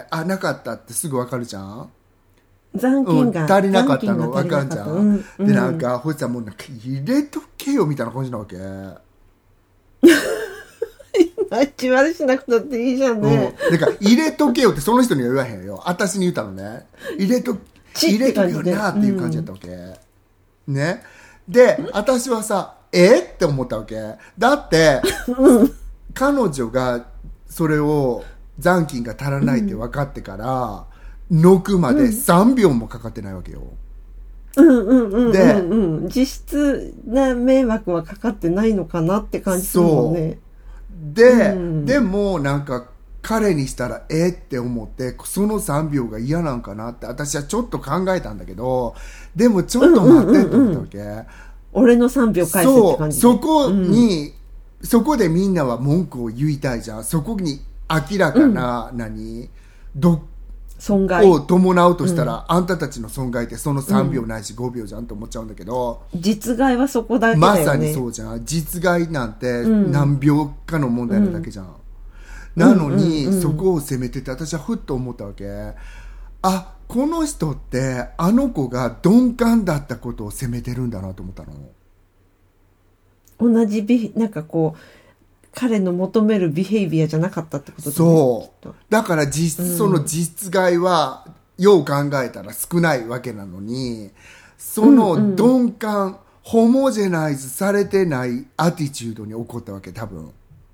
[SPEAKER 3] なかったってすぐ分かるじゃん。
[SPEAKER 2] 残金が、
[SPEAKER 3] 足りなかったの分かるじゃん、でなんかほいつはもうなんか入れとけよみたいな感じなわけ。
[SPEAKER 2] 一割しなくたっていいじゃんね。
[SPEAKER 3] だから入れとけよってその人には言わへんよ、私に言ったのね。入れとけよなっていう感じだったわけ、ね。で私はさ、って思ったわけだって、彼女がそれを残金が足らないって分かってから、抜くまで3秒もかかってないわけよ。で
[SPEAKER 2] 実質な迷惑はかかってないのかなって感じするもんね。
[SPEAKER 3] で、でもなんか彼にしたらって思って、その3秒が嫌なんかなって私はちょっと考えたんだけど、でもちょっと待ってって思ったわけ、
[SPEAKER 2] 俺の3秒返せって感じで。
[SPEAKER 3] そこでみんなは文句を言いたいじゃん。そこに明らかな、
[SPEAKER 2] 損害
[SPEAKER 3] を伴うとしたら、あんたたちの損害ってその3秒ないし5秒じゃんと思っちゃうんだけど、
[SPEAKER 2] 実害はそこだけだよね。
[SPEAKER 3] まさにそうじゃん。実害なんて何秒かの問題なだけじゃん、なのに、そこを責めてて、私はふっと思ったわけ。この人ってあの子が鈍感だったことを責めてるんだなと思ったの。
[SPEAKER 2] 同じなんかこう彼の求めるビヘイビアじゃなかったってことだね。
[SPEAKER 3] そうだから実質その実害はよう考えたら少ないわけなのに、その鈍感、ホモジェナイズされてないアティチュードに起こったわけ、多分。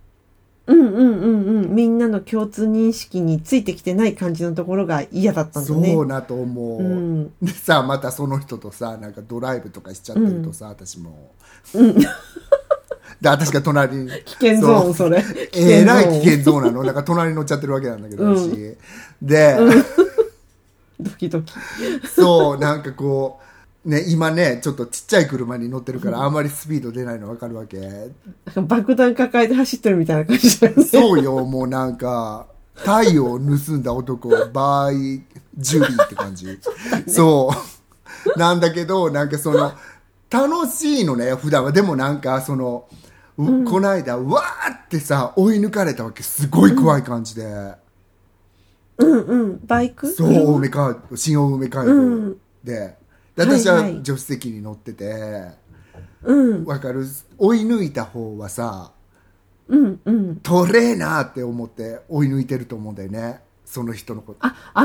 [SPEAKER 2] みんなの共通認識についてきてない感じのところが嫌だったんだね。
[SPEAKER 3] そうだと思う、でさ、またその人とさ、なんかドライブとかしちゃってるとさ、私も、 で私が隣に
[SPEAKER 2] 危険ゾーンそれ
[SPEAKER 3] えらい危険ゾーンなの。なんか隣に乗っちゃってるわけなんだけど、私で、
[SPEAKER 2] ドキドキ。
[SPEAKER 3] そうなんかこうね、今ねちょっとちっちゃい車に乗ってるからあんまりスピード出ないの分かるわけ。
[SPEAKER 2] 爆弾抱えて走ってるみたいな感じだよね。
[SPEAKER 3] そうよ、もうなんか太陽を盗んだ男バイジュリーって感じ。そうなんだけど、なんかその楽しいのね普段は。でもなんかその、この間わーってさ追い抜かれたわけ。すごい怖い感じで、
[SPEAKER 2] バイク、
[SPEAKER 3] そう青梅街道、新青梅街道で、私は助手席に乗ってて、わかる。追い抜いた方はさ、トレーナーって思って追い抜いてると思うんだよね、その人のこと。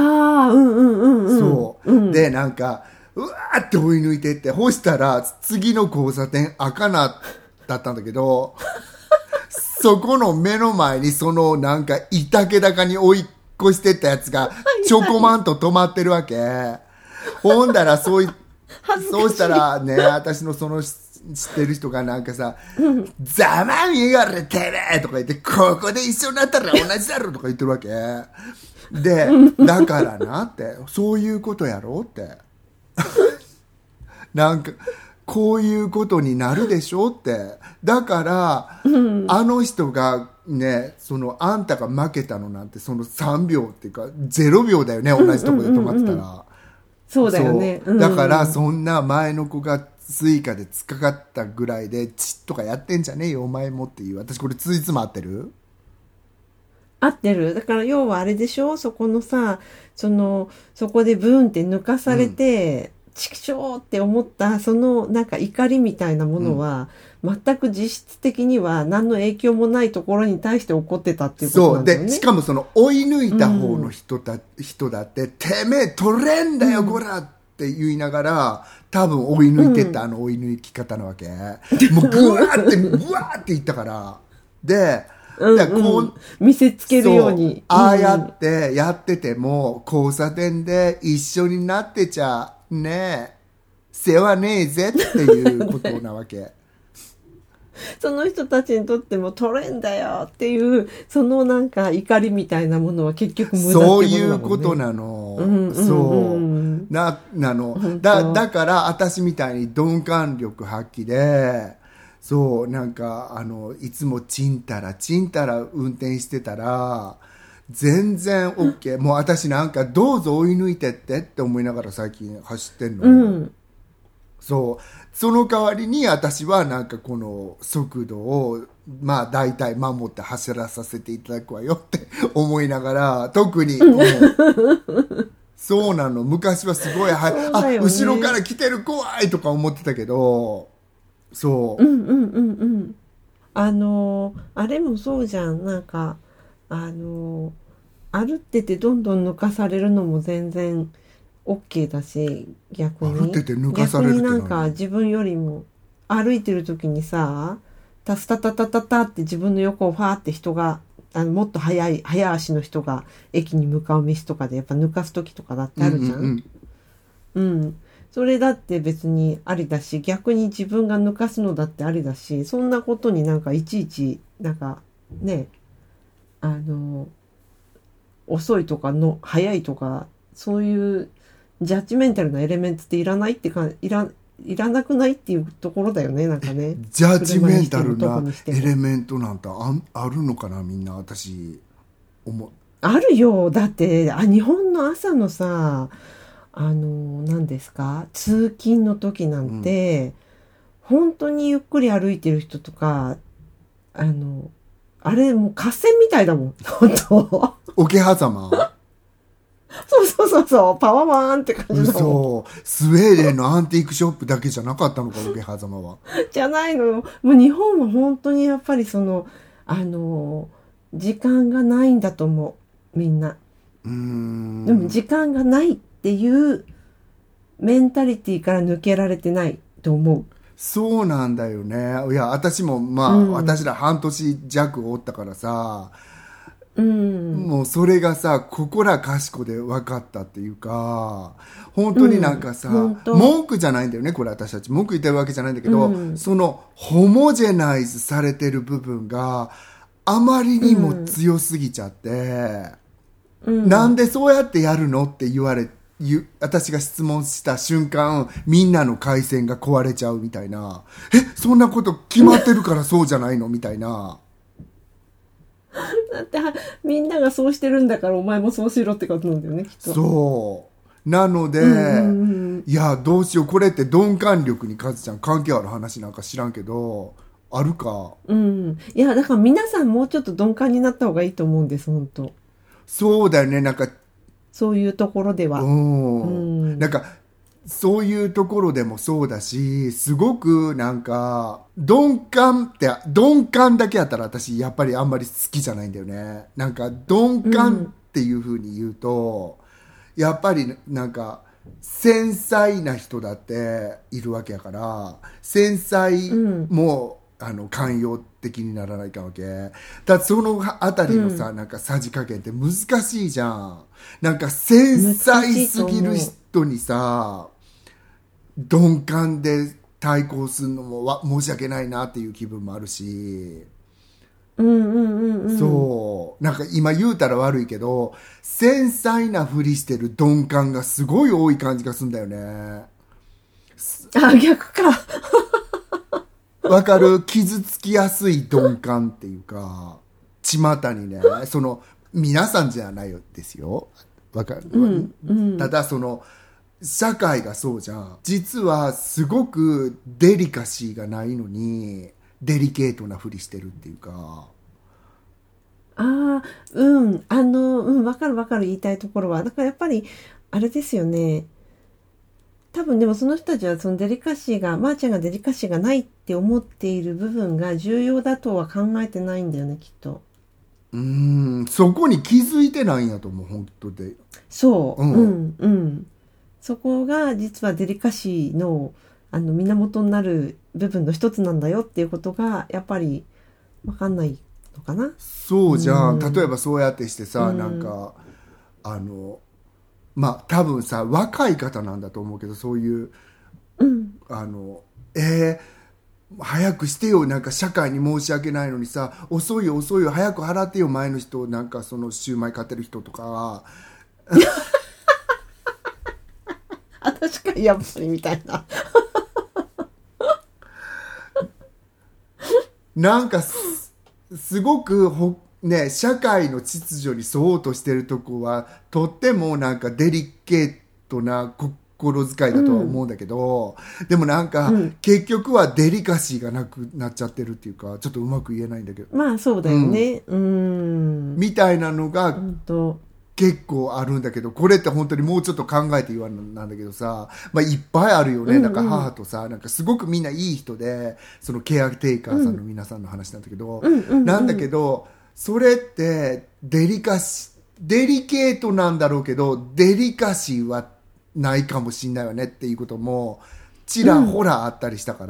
[SPEAKER 3] そう、でなんかうわーって追い抜いてって、ほしたら次の交差点赤なだったんだけどそこの目の前にそのなんかいたけだかに追い越してったやつがちょこまんと止まってるわけ。ほんだらそうしたらね、私のその知ってる人がなんかさ「ざまみがれてめえ!」とか言って「ここで一緒になったら同じだろ!」とか言ってるわけで、だからなってそういうことやろってなんかこういうことになるでしょって。だから、あの人がね、そのあんたが負けたのなんてその3秒っていうか0秒だよね、同じとこで止まってたら。
[SPEAKER 2] そうだよね。
[SPEAKER 3] だからそんな前の子がスイカで突っかかったぐらいでチッとかやってんじゃねえよお前もっていう。私これついつも合ってる？
[SPEAKER 2] 合ってる。だから要はあれでしょ、そこのさ、そこでブーンって抜かされて、チクショーって思ったそのなんか怒りみたいなものは、全く実質的には何の影響もないところに対して起こってたっていうことなんだよね。
[SPEAKER 3] そうで、しかもその追い抜いた方の人だっててめえ取れんだよ、こらって言いながら多分追い抜いてった、あの追い抜き方なわけ。もうグワーっていったからで、こう
[SPEAKER 2] 見せつけるように
[SPEAKER 3] ああやってやってても交差点で一緒になってちゃねえ世話ねえぜっていうことなわけ
[SPEAKER 2] その人たちにとっても取れんだよっていうそのなんか怒りみたいなものは結局無駄ってことだもんね。
[SPEAKER 3] そういうことなの。そうなのだから私みたいに鈍感力発揮で、そうなんかいつもちんたら運転してたら全然 OK。 もう私なんかどうぞ追い抜いてって思いながら最近走ってんの、その代わりに私はなんかこの速度をまあ大体守って走らさせていただくわよって思いながら、特にそうなの。昔はすごい、ね、後ろから来てる怖いとか思ってたけど、そう
[SPEAKER 2] あれもそうじゃん。なんか歩っててどんどん抜かされるのも全然 OK だし、逆に
[SPEAKER 3] 歩ってて抜かされるって
[SPEAKER 2] 逆になんか自分よりも歩いてる時にさ、タスタタタタタって自分の横をファーって人がもっと早足の人が駅に向かう道とかでやっぱ抜かす時とかだってあるじゃん。それだって別にありだし、逆に自分が抜かすのだってありだし、そんなことになんかいちいちなんかね、遅いとかの早いとかそういうジャッジメンタルなエレメントっていらないってかいらなくないっていうところだよね。なんかね、
[SPEAKER 3] ジャッジメンタルなエレメントなんてあるのかな。みんな私
[SPEAKER 2] あるよ。だって日本の朝のさ、何ですか、通勤の時なんて、本当にゆっくり歩いてる人とかあれもう合戦みたいだもん本当。
[SPEAKER 3] 桶狭間
[SPEAKER 2] そうパワマンって感じだもん。
[SPEAKER 3] スウェーデンのアンティークショップだけじゃなかったのか、桶狭間は。
[SPEAKER 2] じゃないのよ。もう日本は本当にやっぱりその時間がないんだと思う、みんな。でも時間がないっていうメンタリティから抜けられてないと思う。
[SPEAKER 3] そうなんだよね。いや私も私ら半年弱おったからさ、 もうそれがさ、ここらかしこで分かったっていうか、本当になんかさ、文句じゃないんだよね、これ私たち。文句言ってるわけじゃないんだけど、そのホモジェナイズされてる部分があまりにも強すぎちゃって、なんでそうやってやるのって私が質問した瞬間、みんなの回線が壊れちゃうみたいな。そんなこと決まってるからそうじゃないのみたいな。
[SPEAKER 2] だってみんながそうしてるんだからお前もそうしろってことなんだよね、きっと。
[SPEAKER 3] そうなので、いやどうしよう、これって鈍感力にカズちゃん関係ある話なんか知らんけどあるか。
[SPEAKER 2] いやだから皆さんもうちょっと鈍感になった方がいいと思うんです、本当。
[SPEAKER 3] そうだよね、なんか
[SPEAKER 2] そういうところでは、
[SPEAKER 3] なんかそういうところでもそうだし、すごくなんか鈍感だけやったら私やっぱりあんまり好きじゃないんだよね。なんか鈍感っていう風に言うと、やっぱりなんか繊細な人だっているわけやから、繊細も、寛容的にならないかわけだ。そのあたりのさ、なんかさじ加減って難しいじゃん。なんか繊細すぎる人にさ、鈍感で対抗するのも申し訳ないなっていう気分もあるし、そうなんか今言うたら悪いけど、繊細なふりしてる鈍感がすごい多い感じがするんだよね。
[SPEAKER 2] 逆か。
[SPEAKER 3] わかる？傷つきやすい鈍感っていうか、巷にね、その皆さんじゃないですよ、わかる、ただその社会がそうじゃん。実はすごくデリカシーがないのにデリケートなふりしてるっていうか。
[SPEAKER 2] わかるわかる、言いたいところは。だからやっぱりあれですよね、多分でもその人たちはそのデリカシーが、まーちゃんがデリカシーがないって思っている部分が重要だとは考えてないんだよね、きっと。
[SPEAKER 3] そこに気づいてないんやと思う、本当で。
[SPEAKER 2] そう、そこが実はデリカシーの源になる部分の一つなんだよっていうことがやっぱり分かんないのかな。
[SPEAKER 3] そうじゃん、例えばそうやってしてさ、なんかまあ多分さ若い方なんだと思うけど、そういう、早くしてよ、なんか社会に申し訳ないのにさ、遅いよ早く払ってよ、前の人、なんかそのシューマイ買ってる人とかは
[SPEAKER 2] 確かにやっぱりみたいな
[SPEAKER 3] なんかすごくね、社会の秩序に沿おうとしてるとこはとってもなんかデリケートな心遣いだとは思うんだけど、でもなんか、結局はデリカシーがなくなっちゃってるっていうか、ちょっとうまく言えないんだけど、
[SPEAKER 2] まあそうだよね、
[SPEAKER 3] みたいなのが結構あるんだけど、これって本当にもうちょっと考えて言わなんだけどさ、まあ、いっぱいあるよね。なんか母とさ、なんかすごくみんないい人で、そのケアテイカーさんの皆さんの話なんだけど、なんだけどそれってデリケートなんだろうけど、デリカシーはないかもしんないよねっていうこともちらほらあったりしたから、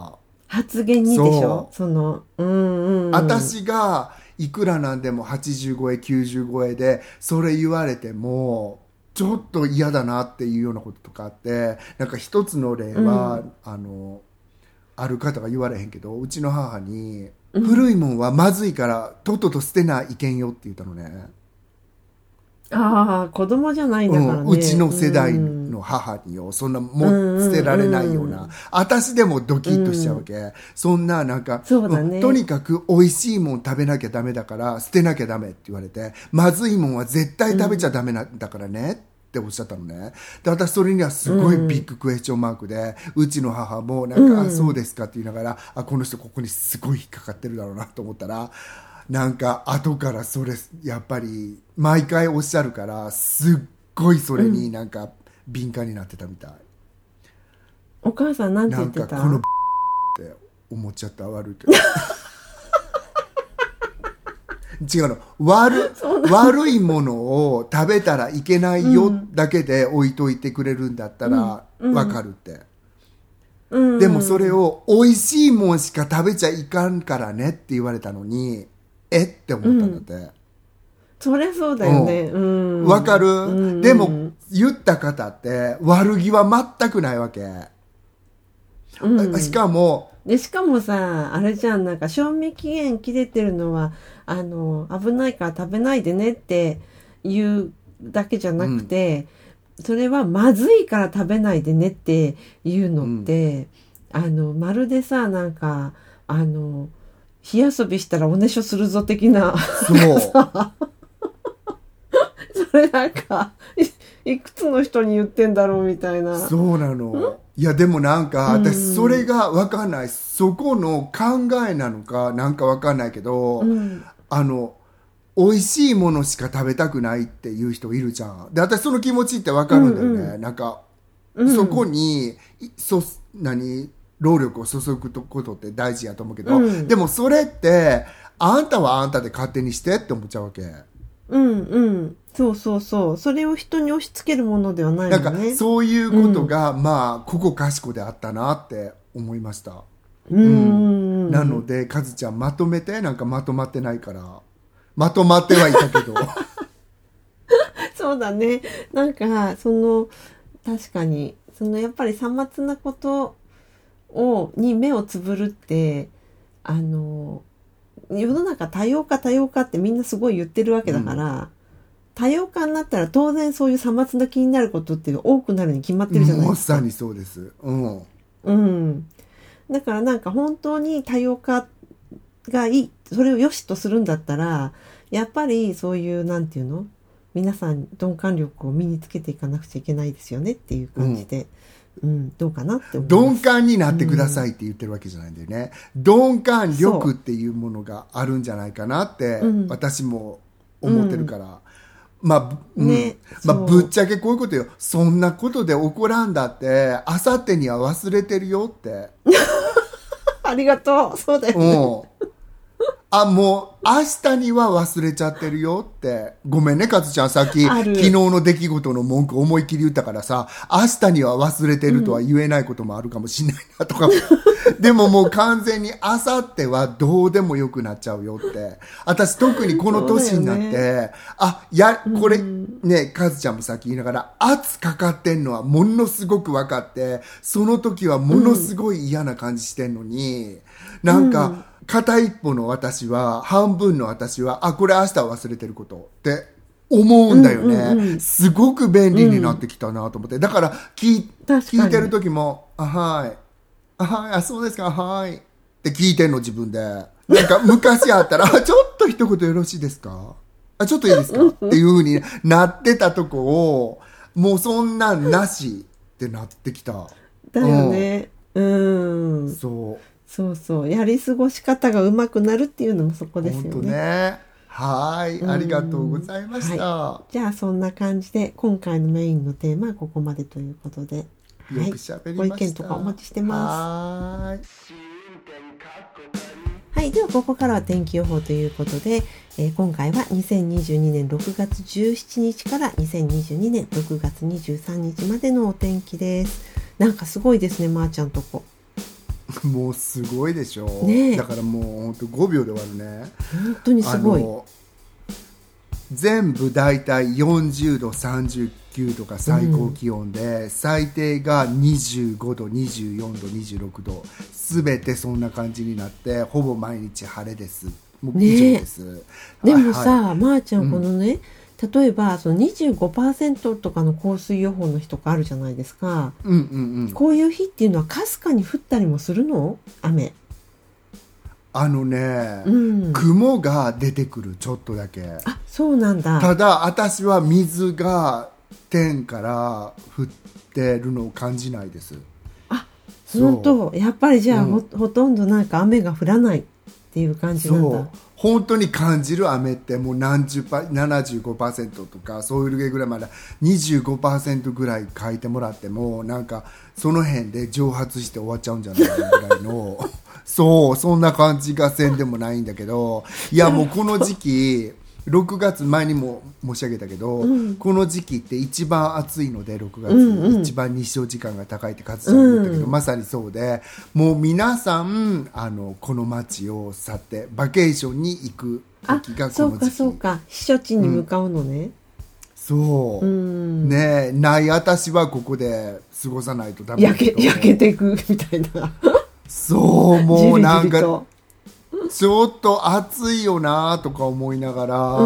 [SPEAKER 2] 発言にでしょ、その
[SPEAKER 3] 私がいくらなんでも80超え90超えでそれ言われてもちょっと嫌だなっていうようなこととかあって、なんか一つの例は、ある方が言われへんけど、うちの母に、古いもんはまずいからとっとと捨てないけんよって言ったのね。
[SPEAKER 2] 子供じゃないんだからね、
[SPEAKER 3] うちの世代の母によ、そんなも捨てられないような、私でもドキッとしちゃうわけ、そんななんか、
[SPEAKER 2] そうだね、
[SPEAKER 3] とにかく美味しいもん食べなきゃダメだから捨てなきゃダメって言われて、まずいもんは絶対食べちゃダメなんだからねっておっしゃったのね。で私それにはすごいビッグクエスチョンマークで、うちの母もなんか、そうですかって言いながら、この人ここにすごい引っかかってるだろうなと思ったら、なんか後からそれやっぱり毎回おっしゃるから、すっごいそれになんか敏感になってたみたい。
[SPEAKER 2] お母さんなんて言ってた？
[SPEAKER 3] なんかこのって思っちゃった。悪いけど違うの、悪いものを食べたらいけないよだけで置いといてくれるんだったらわかるって、でもそれを美味しいもんしか食べちゃいかんからねって言われたのにって思ったんだって、
[SPEAKER 2] そりゃそうだよね。
[SPEAKER 3] わかる？でも言った方って悪気は全くないわけ。しかも
[SPEAKER 2] さ、あれじゃん、なんか賞味期限切れてるのは危ないから食べないでねっていうだけじゃなくて、それはまずいから食べないでねっていうのって、まるでさ、なんか火遊びしたらおねしょするぞ的な。
[SPEAKER 3] そう
[SPEAKER 2] それなんか いくつの人に言ってんだろうみたいな。
[SPEAKER 3] そうなの。いやでもなんか私それが分かんない、そこの考えなのかなんか分かんないけど、美味しいものしか食べたくないっていう人いるじゃん。で私その気持ちって分かるんだよね、なんか、そこに労力を注ぐことって大事やと思うけど、でもそれってあんたはあんたで勝手にしてって思っちゃうわけ。
[SPEAKER 2] そうそれを人に押し付けるものではないもんね。
[SPEAKER 3] なんかそういうことが、まあここかしこであったなって思いました。なのでカズちゃんまとめて。なんかまとまってないからまとまってはいたけど
[SPEAKER 2] そうだね。なんか確かにやっぱりさまつなことに目をつぶるって世の中多様化ってみんなすごい言ってるわけだから、多様化になったら当然そういうさまつな気になることっていうのが多くなるに決まってるじゃないですか。
[SPEAKER 3] まさにそうです。
[SPEAKER 2] だからなんか本当に多様化がいい、それを良しとするんだったらやっぱりそういうなんていうの、皆さん鈍感力を身につけていかなくちゃいけないですよねっていう感じで、どうかなって思います。
[SPEAKER 3] 鈍感になってくださいって言ってるわけじゃないんだよね。鈍感力っていうものがあるんじゃないかなって私も思ってるから、ぶっちゃけこういうことよ。そんなことで怒らんだってあさってには忘れてるよって
[SPEAKER 2] ありがとう。そうだよね。
[SPEAKER 3] もう明日には忘れちゃってるよって。ごめんねカズちゃん、さっき昨日の出来事の文句思いっきり言ったからさ、明日には忘れてるとは言えないこともあるかもしれないなとか、でももう完全に明後日はどうでもよくなっちゃうよって。私特にこの年になって、これね、カズちゃんもさっき言いながら圧かかってんのはものすごく分かって、その時はものすごい嫌な感じしてんのに、なんか片一方の私は、半分の私はこれ明日は忘れてることって思うんだよね。すごく便利になってきたなと思って、だから聞いてる時もそうですか、はいって聞いてんの自分で。なんか昔あったらちょっと一言よろしいですか、ちょっといいですかっていう風になってたとこを、もうそんなんなしってなってきた。
[SPEAKER 2] だよね。そうやり過ごし方が上手くなるっていうのもそこですよね。
[SPEAKER 3] 本当ね。はい、ありがとうございました。
[SPEAKER 2] じゃあそんな感じで今回のメインのテーマはここまでということで、
[SPEAKER 3] よく喋りました。
[SPEAKER 2] ご意見とかお待ちしてます。
[SPEAKER 3] は
[SPEAKER 2] い、ではここからは天気予報ということで、今回は2022年6月17日から2022年6月23日までのお天気です。なんかすごいですね、まーちゃんとこ。
[SPEAKER 3] もうすごいでしょ、
[SPEAKER 2] ね、
[SPEAKER 3] だからもう本当5秒で終わるね。
[SPEAKER 2] 本当にすごい。
[SPEAKER 3] 全部だいたい40度39度が最高気温で、最低が25度24度26度、すべてそんな感じになって、ほぼ毎日晴れです。もう以上です、
[SPEAKER 2] でもさ、まーちゃんこのね、例えばその 25% とかの降水予報の日とかあるじゃないですか、こういう日っていうのはかすかに降ったりもするの？雨。
[SPEAKER 3] 雲が出てくる、ちょっとだけ。
[SPEAKER 2] そうなんだ。
[SPEAKER 3] ただ私は水が天から降ってるのを感じないです。
[SPEAKER 2] 本当。やっぱりじゃあ、ほとんどなんか雨が降らないっていう感じなんだ。
[SPEAKER 3] 本当に感じる雨ってもう75% とかそういうぐらいまで 25% ぐらい書いてもらっても、なんかその辺で蒸発して終わっちゃうんじゃないかぐらいのそんな感じがせんでもないんだけど、いやもうこの時期6月前にも申し上げたけど、この時期って一番暑いので、6月、一番日照時間が高いってカズちゃん言ったけど、まさにそうで、もう皆さんこの街を去ってバケーションに行く時がこの時期。
[SPEAKER 2] そうかそうか、避暑地に向かうのね。
[SPEAKER 3] そう、ねえ、ない私はここで過ごさないとダメだけど、
[SPEAKER 2] 焼けていくみたいな。
[SPEAKER 3] そう、もうなんか
[SPEAKER 2] じりじりと
[SPEAKER 3] ちょっと暑いよなとか思いながら、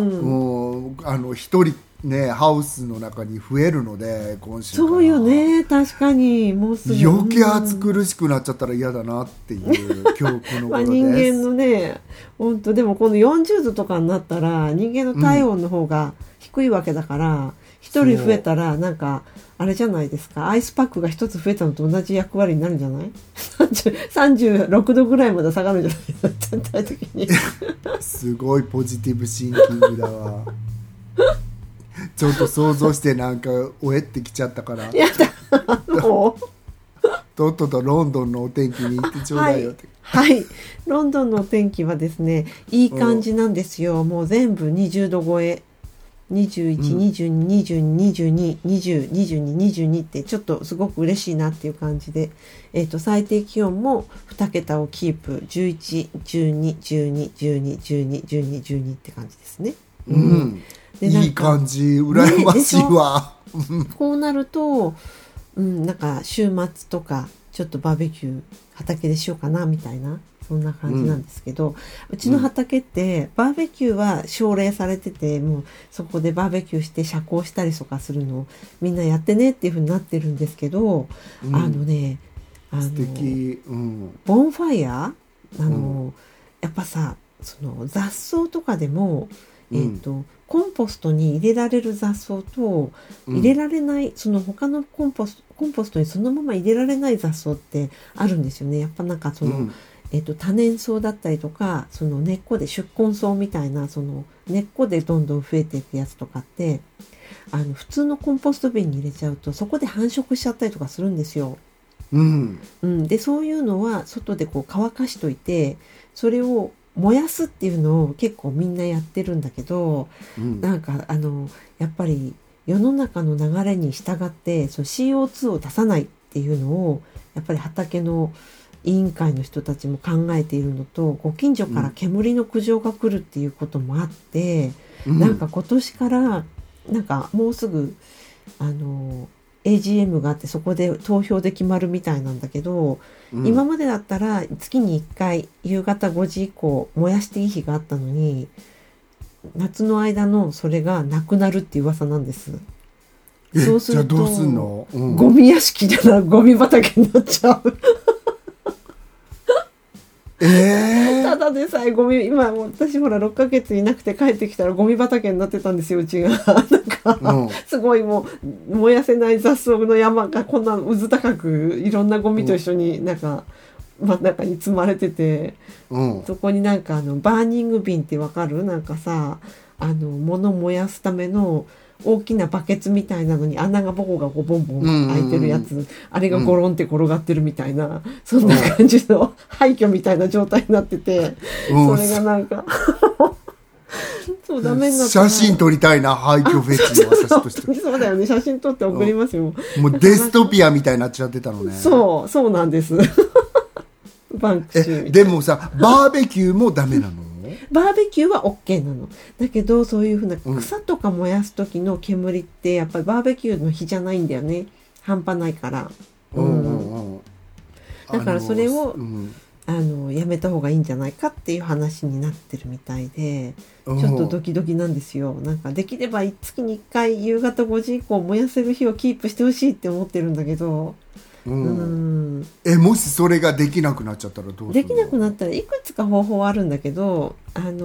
[SPEAKER 3] 一人ねハウスの中に増えるので、今週から
[SPEAKER 2] そうよね、確かにもうすぐ
[SPEAKER 3] 余計暑苦しくなっちゃったら嫌だなっていう今日この頃です。
[SPEAKER 2] 人間のね、本当でもこの40度とかになったら人間の体温の方が低いわけだから、一人増えたらなんかあれじゃないですか、アイスパックが一つ増えたのと同じ役割になるんじゃない？36度ぐらいまで下がるんじゃないですか、全体的に。
[SPEAKER 3] すごいポジティブシンキングだわ。ちょっと想像してなんかおえってきちゃったから、
[SPEAKER 2] やだもう
[SPEAKER 3] とっととロンドンのお天気に行ってちょうだいよって。
[SPEAKER 2] はい、ロンドンのお天気はですね、いい感じなんですよ。もう全部20度超え、21、22、22、22、20、22、22ってちょっとすごく嬉しいなっていう感じで、最低気温も2桁をキープ、11、12、12、12、12、12、12って感じですね。
[SPEAKER 3] でいい感じ、羨ましいわ。
[SPEAKER 2] こうなると、なんか週末とかちょっとバーベキュー畑でしようかなみたいな、そんな感じなんですけど、うちの畑ってバーベキューは奨励されてて、もうそこでバーベキューして遮光したりとかするのをみんなやってねっていう風になってるんですけど、
[SPEAKER 3] 素敵、
[SPEAKER 2] ボンファイアやっぱさ、その雑草とかでも、コンポストに入れられる雑草と入れられない、その他のコンポストにそのまま入れられない雑草ってあるんですよね。やっぱなんかその、多年草だったりとか、その根っこで宿根草みたいな、その根っこでどんどん増えていくやつとかって、普通のコンポスト瓶に入れちゃうとそこで繁殖しちゃったりとかするんですよ。でそういうのは外でこう乾かしといて、それを燃やすっていうのを結構みんなやってるんだけど、なんかやっぱり世の中の流れに従ってそう CO2 を出さないっていうのをやっぱり畑の委員会の人たちも考えているのと、ご近所から煙の苦情が来るっていうこともあって、なんか今年からなんかもうすぐAGM があって、そこで投票で決まるみたいなんだけど、今までだったら月に1回夕方5時以降燃やしていい日があったのに、夏の間のそれがなくなるっていう噂なんです。そうすると
[SPEAKER 3] じゃあどうすんの？
[SPEAKER 2] ゴミ屋敷じゃない、ゴミ畑になっちゃう。ただでさえゴミ、今私ほら6ヶ月いなくて帰ってきたらゴミ畑になってたんですよ、うちが。なんか、すごいもう燃やせない雑草の山がこんなうず高くいろんなゴミと一緒になんか真ん中に積まれてて、そこになんかバーニング瓶ってわかる？なんかさ、物燃やすための大きなバケツみたいなのに穴がボコがボンボン開いてるやつ、あれがゴロンって転がってるみたいな、そんな感じの廃墟みたいな状態になってて、それがなんかそうダメになった。
[SPEAKER 3] 写真撮りたいな、廃墟フェチの私として。
[SPEAKER 2] そうだよね、写真撮って送りますよ。
[SPEAKER 3] もうデストピアみたいになっちゃってたのね。
[SPEAKER 2] そうなんですバンクシー。
[SPEAKER 3] でもさ、バーベキューもダメなの？
[SPEAKER 2] バーベキューは OK なの。だけどそういうふうな草とか燃やす時の煙ってやっぱりバーベキューの火じゃないんだよね。半端ないから。だからそれをやめた方がいいんじゃないかっていう話になってるみたいで、ちょっとドキドキなんですよ。なんかできれば月に1回夕方5時以降燃やせる日をキープしてほしいって思ってるんだけど、
[SPEAKER 3] もしそれができなくなっちゃったらどうするの？
[SPEAKER 2] できなくなったらいくつか方法はあるんだけど、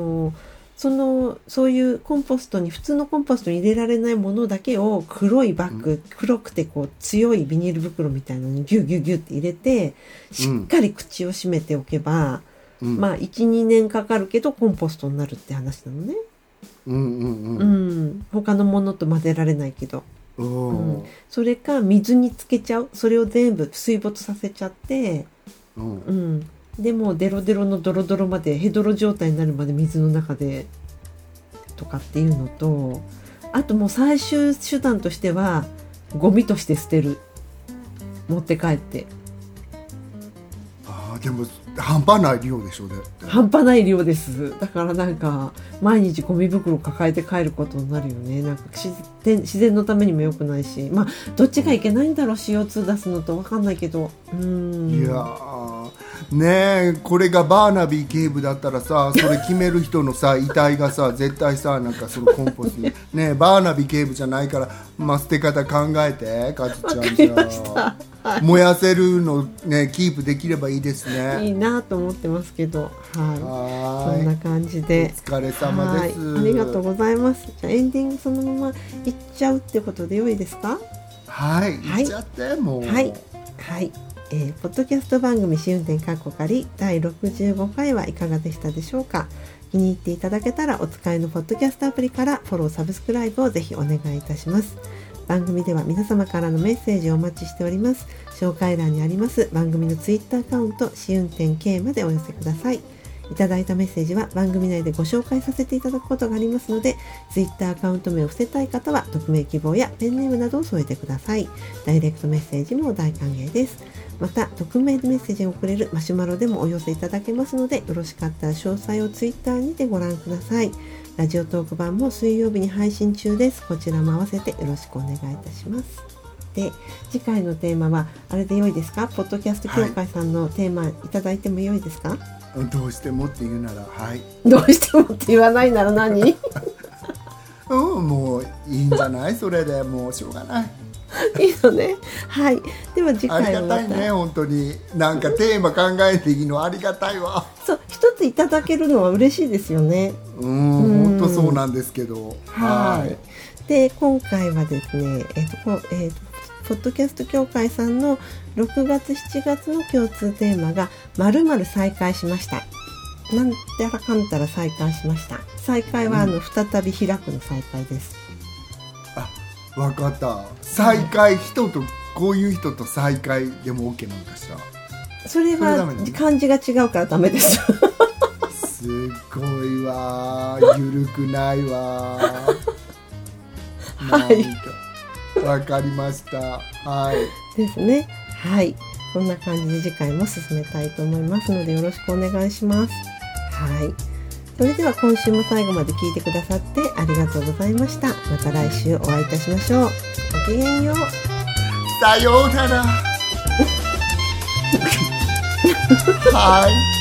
[SPEAKER 2] そういうコンポストに、普通のコンポストに入れられないものだけを黒いバッグ、黒くてこう強いビニール袋みたいなのにギュギュギュって入れて、しっかり口を閉めておけば、まあ 1,2 年かかるけどコンポストになるって話なのね。他のものと混ぜられないけど。それか水につけちゃう、それを全部水没させちゃって、でもデロデロのドロドロまでヘドロ状態になるまで水の中でとかっていうのと、あともう最終手段としてはゴミとして捨てる、持って帰って。
[SPEAKER 3] でも半端ない量でしょ。
[SPEAKER 2] 半端ない量です。だからなんか毎日ゴミ袋抱えて帰ることになるよね。なんか自然のためにも良くないし、まあどっちがいけないんだろう、CO2 出すのと分かんないけど。
[SPEAKER 3] いやねえ、これがバーナビー警部だったらさ、それ決める人のさ遺体がさ絶対さ、なんかそのコンポストにねえ、バーナビー警部じゃないから、まあ、捨て方考えて、かずちゃん。じゃあ燃やせるのね、キープできればいいですね。
[SPEAKER 2] いいなと思ってますけど、はい、そんな感じで
[SPEAKER 3] お疲れ様です。
[SPEAKER 2] ありがとうございます。じゃあエンディングそのままいっちゃうってことで良いですか？
[SPEAKER 3] はい、いっちゃってもう。
[SPEAKER 2] はい、はい。ポッドキャスト番組試運転カッコ仮第65回はいかがでしたでしょうか？気に入っていただけたらお使いのポッドキャストアプリからフォローサブスクライブをぜひお願いいたします。番組では皆様からのメッセージをお待ちしております。紹介欄にあります番組のツイッターアカウント試運転 K までお寄せください。いただいたメッセージは番組内でご紹介させていただくことがありますので、ツイッターアカウント名を伏せたい方は匿名希望やペンネームなどを添えてください。ダイレクトメッセージも大歓迎です。また匿名でメッセージを送れるマシュマロでもお寄せいただけますので、よろしかったら詳細をツイッターにてご覧ください。ラジオトーク版も水曜日に配信中です。こちらも合わせてよろしくお願いいたします。で、次回のテーマはあれで良いですか？ポッドキャスト協会さんのテーマいただいても良いですか？
[SPEAKER 3] どうしてもって言うなら、はい。
[SPEAKER 2] どうしてもって言わないなら何？
[SPEAKER 3] もういいんじゃない？それでもうしょうがない。
[SPEAKER 2] いいのね。はい。では次回はまた。
[SPEAKER 3] ありがたいね、本当に。なんかテーマ考えていいのありがたいわ。
[SPEAKER 2] そう、一ついただけるのは嬉しいですよね。
[SPEAKER 3] 本当そうなんですけど。
[SPEAKER 2] はい。で、今回はですね、ポッドキャスト協会さんの6月7月の共通テーマが〇〇再開しました。なんたらかんたら再開しました。再開は再び開くの再開です。
[SPEAKER 3] あ、わかった。再開、人とこういう人と再開でも OK なのかしら。
[SPEAKER 2] それは漢字が違うからダメです。
[SPEAKER 3] すごいわ、ゆるくないわ。
[SPEAKER 2] はい。
[SPEAKER 3] わかりました。はい。
[SPEAKER 2] ですね。はい。こんな感じで次回も進めたいと思いますのでよろしくお願いします。はい。それでは今週も最後まで聞いてくださってありがとうございました。また来週お会いいたしましょう。ごきげんよう。
[SPEAKER 3] さようなら。はい。